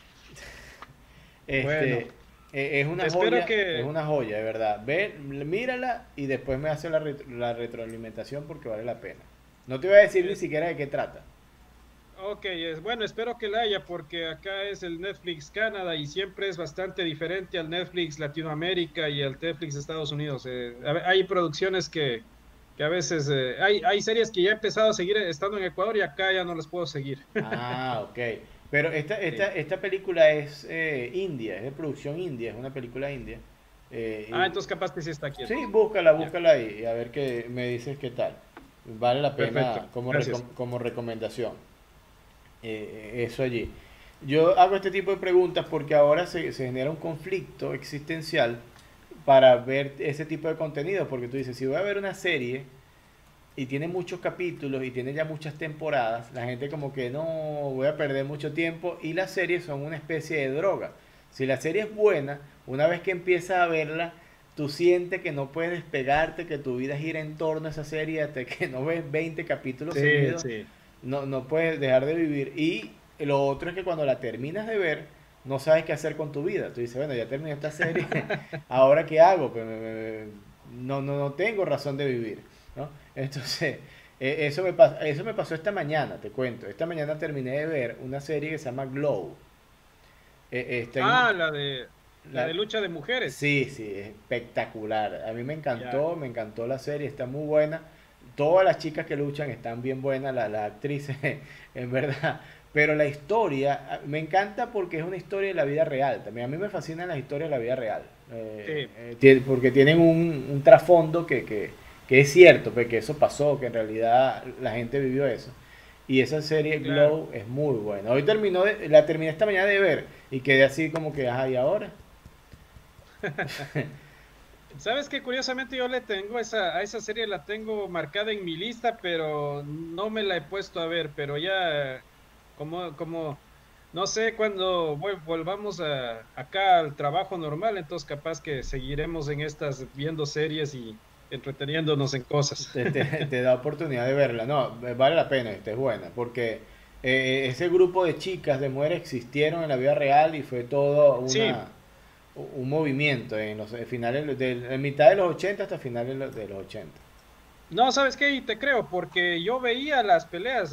Este, Bueno, espero es que... una joya, de verdad. Ve, mírala y después me hace la retroalimentación porque vale la pena. No te voy a decir ni es- siquiera de qué trata. ok, bueno, espero que la haya porque acá es el Netflix Canadá y siempre es bastante diferente al Netflix Latinoamérica y al Netflix Estados Unidos. Hay producciones que a veces... hay series que ya he empezado a seguir estando en Ecuador y acá ya no las puedo seguir. Ah, ok. Pero Sí. esta película es india, es de producción india, es una película india. Ah, entonces capaz que sí está aquí Sí, entonces. búscala, Ya, búscala y a ver qué me dices qué tal. Vale la perfecto. pena como, Gracias. como recomendación. Eso allí. Yo hago este tipo de preguntas porque ahora se genera un conflicto existencial para ver ese tipo de contenido. Porque tú dices, si voy a ver una serie y tiene muchos capítulos y tiene ya muchas temporadas, la gente como que no voy a perder mucho tiempo y las series son una especie de droga. Si la serie es buena, una vez que empiezas a verla, tú sientes que no puedes despegarte, que tu vida gira en torno a esa serie hasta que no ves 20 capítulos Sí, seguidos, sí, no puedes dejar de vivir. Y lo otro es que cuando la terminas de ver, no sabes qué hacer con tu vida. Tú dices, bueno, ya terminé esta serie, ¿ahora qué hago? Pues no tengo razón de vivir, ¿no? Entonces, eso me pasó esta mañana, te cuento. Esta mañana terminé de ver una serie que se llama Glow. Está en, Ah, la de la- lucha de mujeres. sí, sí, es espectacular. A mí Ya, me encantó la serie, está muy buena. Todas las chicas que luchan están bien buenas, las actrices, en verdad. Pero la historia, me encanta porque es una historia de la vida real. También a mí me fascinan las historias de la vida real. sí, Porque tienen un trasfondo que es cierto, pues, que eso pasó, que en realidad la gente vivió eso. Y esa serie claro. Glow es muy buena. La terminé esta mañana de ver y quedé así como que, ajá, ¿y ahora? Sabes que curiosamente yo le tengo a esa serie la tengo marcada en mi lista, pero no me la he puesto a ver, pero ya como no sé cuándo volvamos acá al trabajo normal, entonces capaz que seguiremos en estas viendo series y entreteniéndonos en cosas. Te da oportunidad de verla. No, vale la pena, esta es buena, porque ese grupo de chicas, de mujeres existieron en la vida real y fue todo Sí, un movimiento en los finales, en mitad de los 80 hasta finales de los 80. no, ¿sabes qué? Y te creo, porque yo veía las peleas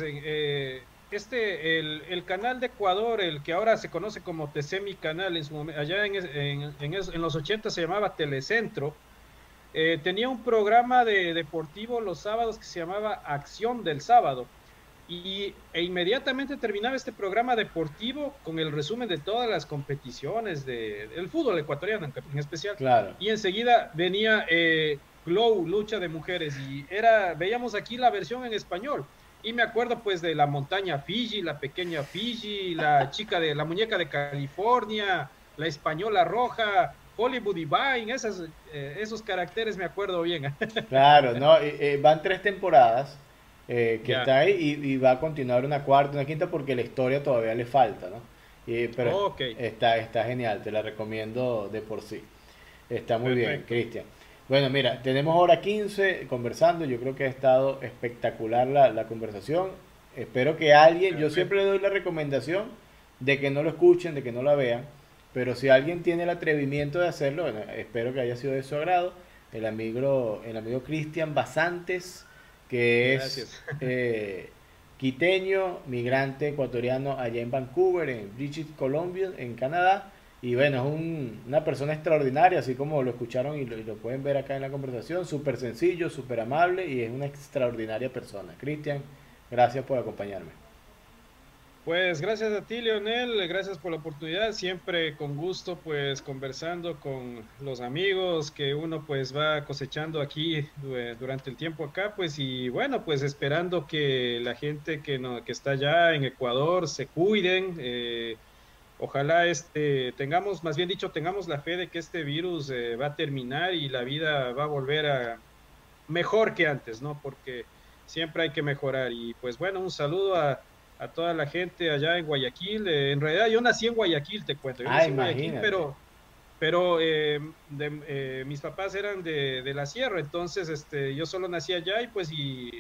el canal de Ecuador, el que ahora se conoce como TC Mi Canal, en su allá en los 80 se llamaba Telecentro, tenía un programa deportivo los sábados que se llamaba Acción del Sábado. E inmediatamente terminaba este programa deportivo con el resumen de todas las competiciones del fútbol ecuatoriano en especial. Claro. Y enseguida venía Glow, lucha de mujeres, y veíamos aquí la versión en español. Y me acuerdo pues de la montaña Fiji, la pequeña Fiji, la muñeca de California, la española roja, Hollywood Divine, esos caracteres me acuerdo bien. Claro, no, van 3 temporadas que Ya, está ahí y va a continuar una cuarta, una quinta porque la historia todavía le falta, ¿no? Pero ok, está genial, te la recomiendo de por sí. Está muy bien, perfecto. Cristian. Bueno, mira, tenemos hora 15 conversando, yo creo que ha estado espectacular la conversación. Espero que alguien, yo siempre le Perfecto. doy la recomendación de que no lo escuchen, de que no la vean, pero si alguien tiene el atrevimiento de hacerlo, bueno, espero que haya sido de su agrado. El amigo Cristian Basantes, que es Gracias. quiteño, migrante ecuatoriano allá en Vancouver, en British Columbia, en Canadá. Y bueno, es una persona extraordinaria, así como lo escucharon y lo pueden ver acá en la conversación. Súper sencillo, súper amable y es una extraordinaria persona. Cristian, gracias por acompañarme. Pues gracias a ti, Leonel, gracias por la oportunidad, siempre con gusto, pues conversando con los amigos que uno pues va cosechando aquí durante el tiempo acá, pues y bueno, pues esperando que la gente que, no, que está allá en Ecuador se cuiden, ojalá tengamos, más bien dicho, tengamos la fe de que este virus va a terminar y la vida va a volver a mejor que antes, ¿no? Porque siempre hay que mejorar. Y pues bueno, un saludo a toda la gente allá en Guayaquil. En realidad yo nací en Guayaquil, te cuento. Yo Ah, nací en Guayaquil, imagínate. pero mis papás eran de la sierra, entonces yo solo nací allá y pues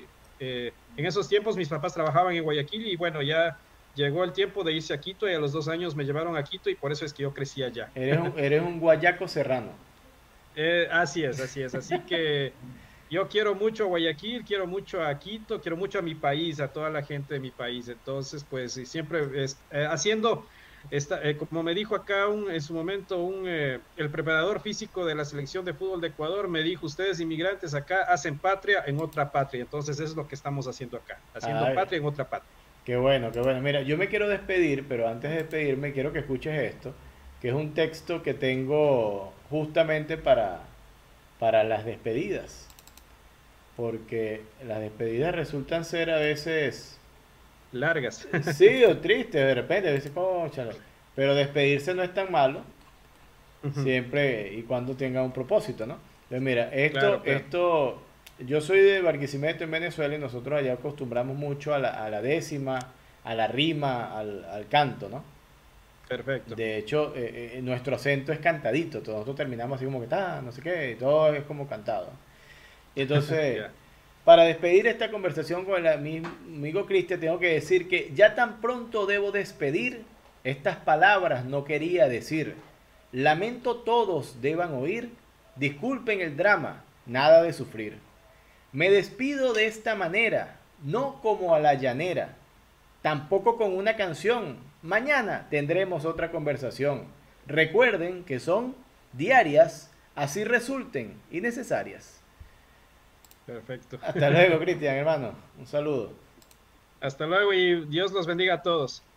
en esos tiempos mis papás trabajaban en Guayaquil y bueno, ya llegó el tiempo de irse a Quito y a los 2 años me llevaron a Quito y por eso es que yo crecí allá. Eres un guayaco serrano. Así es, así es. Así que yo quiero mucho a Guayaquil, quiero mucho a Quito, quiero mucho a mi país, a toda la gente de mi país. Entonces, pues y siempre haciendo, como me dijo acá en su momento el preparador físico de la selección de fútbol de Ecuador, me dijo, ustedes inmigrantes acá hacen patria en otra patria. Entonces, eso es lo que estamos haciendo acá, haciendo Ay, patria en otra patria. qué bueno, qué bueno. Mira, yo me quiero despedir, pero antes de despedirme quiero que escuches esto, que es un texto que tengo justamente para las despedidas, porque las despedidas resultan ser a veces, Largas. sí, o tristes de repente, a veces, cónchale, pero despedirse no es tan malo, Ujú. siempre y cuando tenga un propósito, ¿no? Entonces, mira, Claro, claro. yo soy de Barquisimeto en Venezuela y nosotros allá acostumbramos mucho a la décima, a la rima, al canto, ¿no? Perfecto. De hecho, nuestro acento es cantadito, todos nosotros terminamos así como que está, no sé qué, y todo es como cantado. Y entonces, Ya. para despedir esta conversación con mi amigo Cristian, tengo que decir que ya tan pronto debo despedir, estas palabras no quería decir. Lamento todos deban oír, disculpen el drama, nada de sufrir. Me despido de esta manera, no como a la llanera, tampoco con una canción. Mañana tendremos otra conversación. Recuerden que son diarias, así resulten innecesarias. Perfecto. Hasta luego, Cristian, hermano. Un saludo. Hasta luego y Dios los bendiga a todos.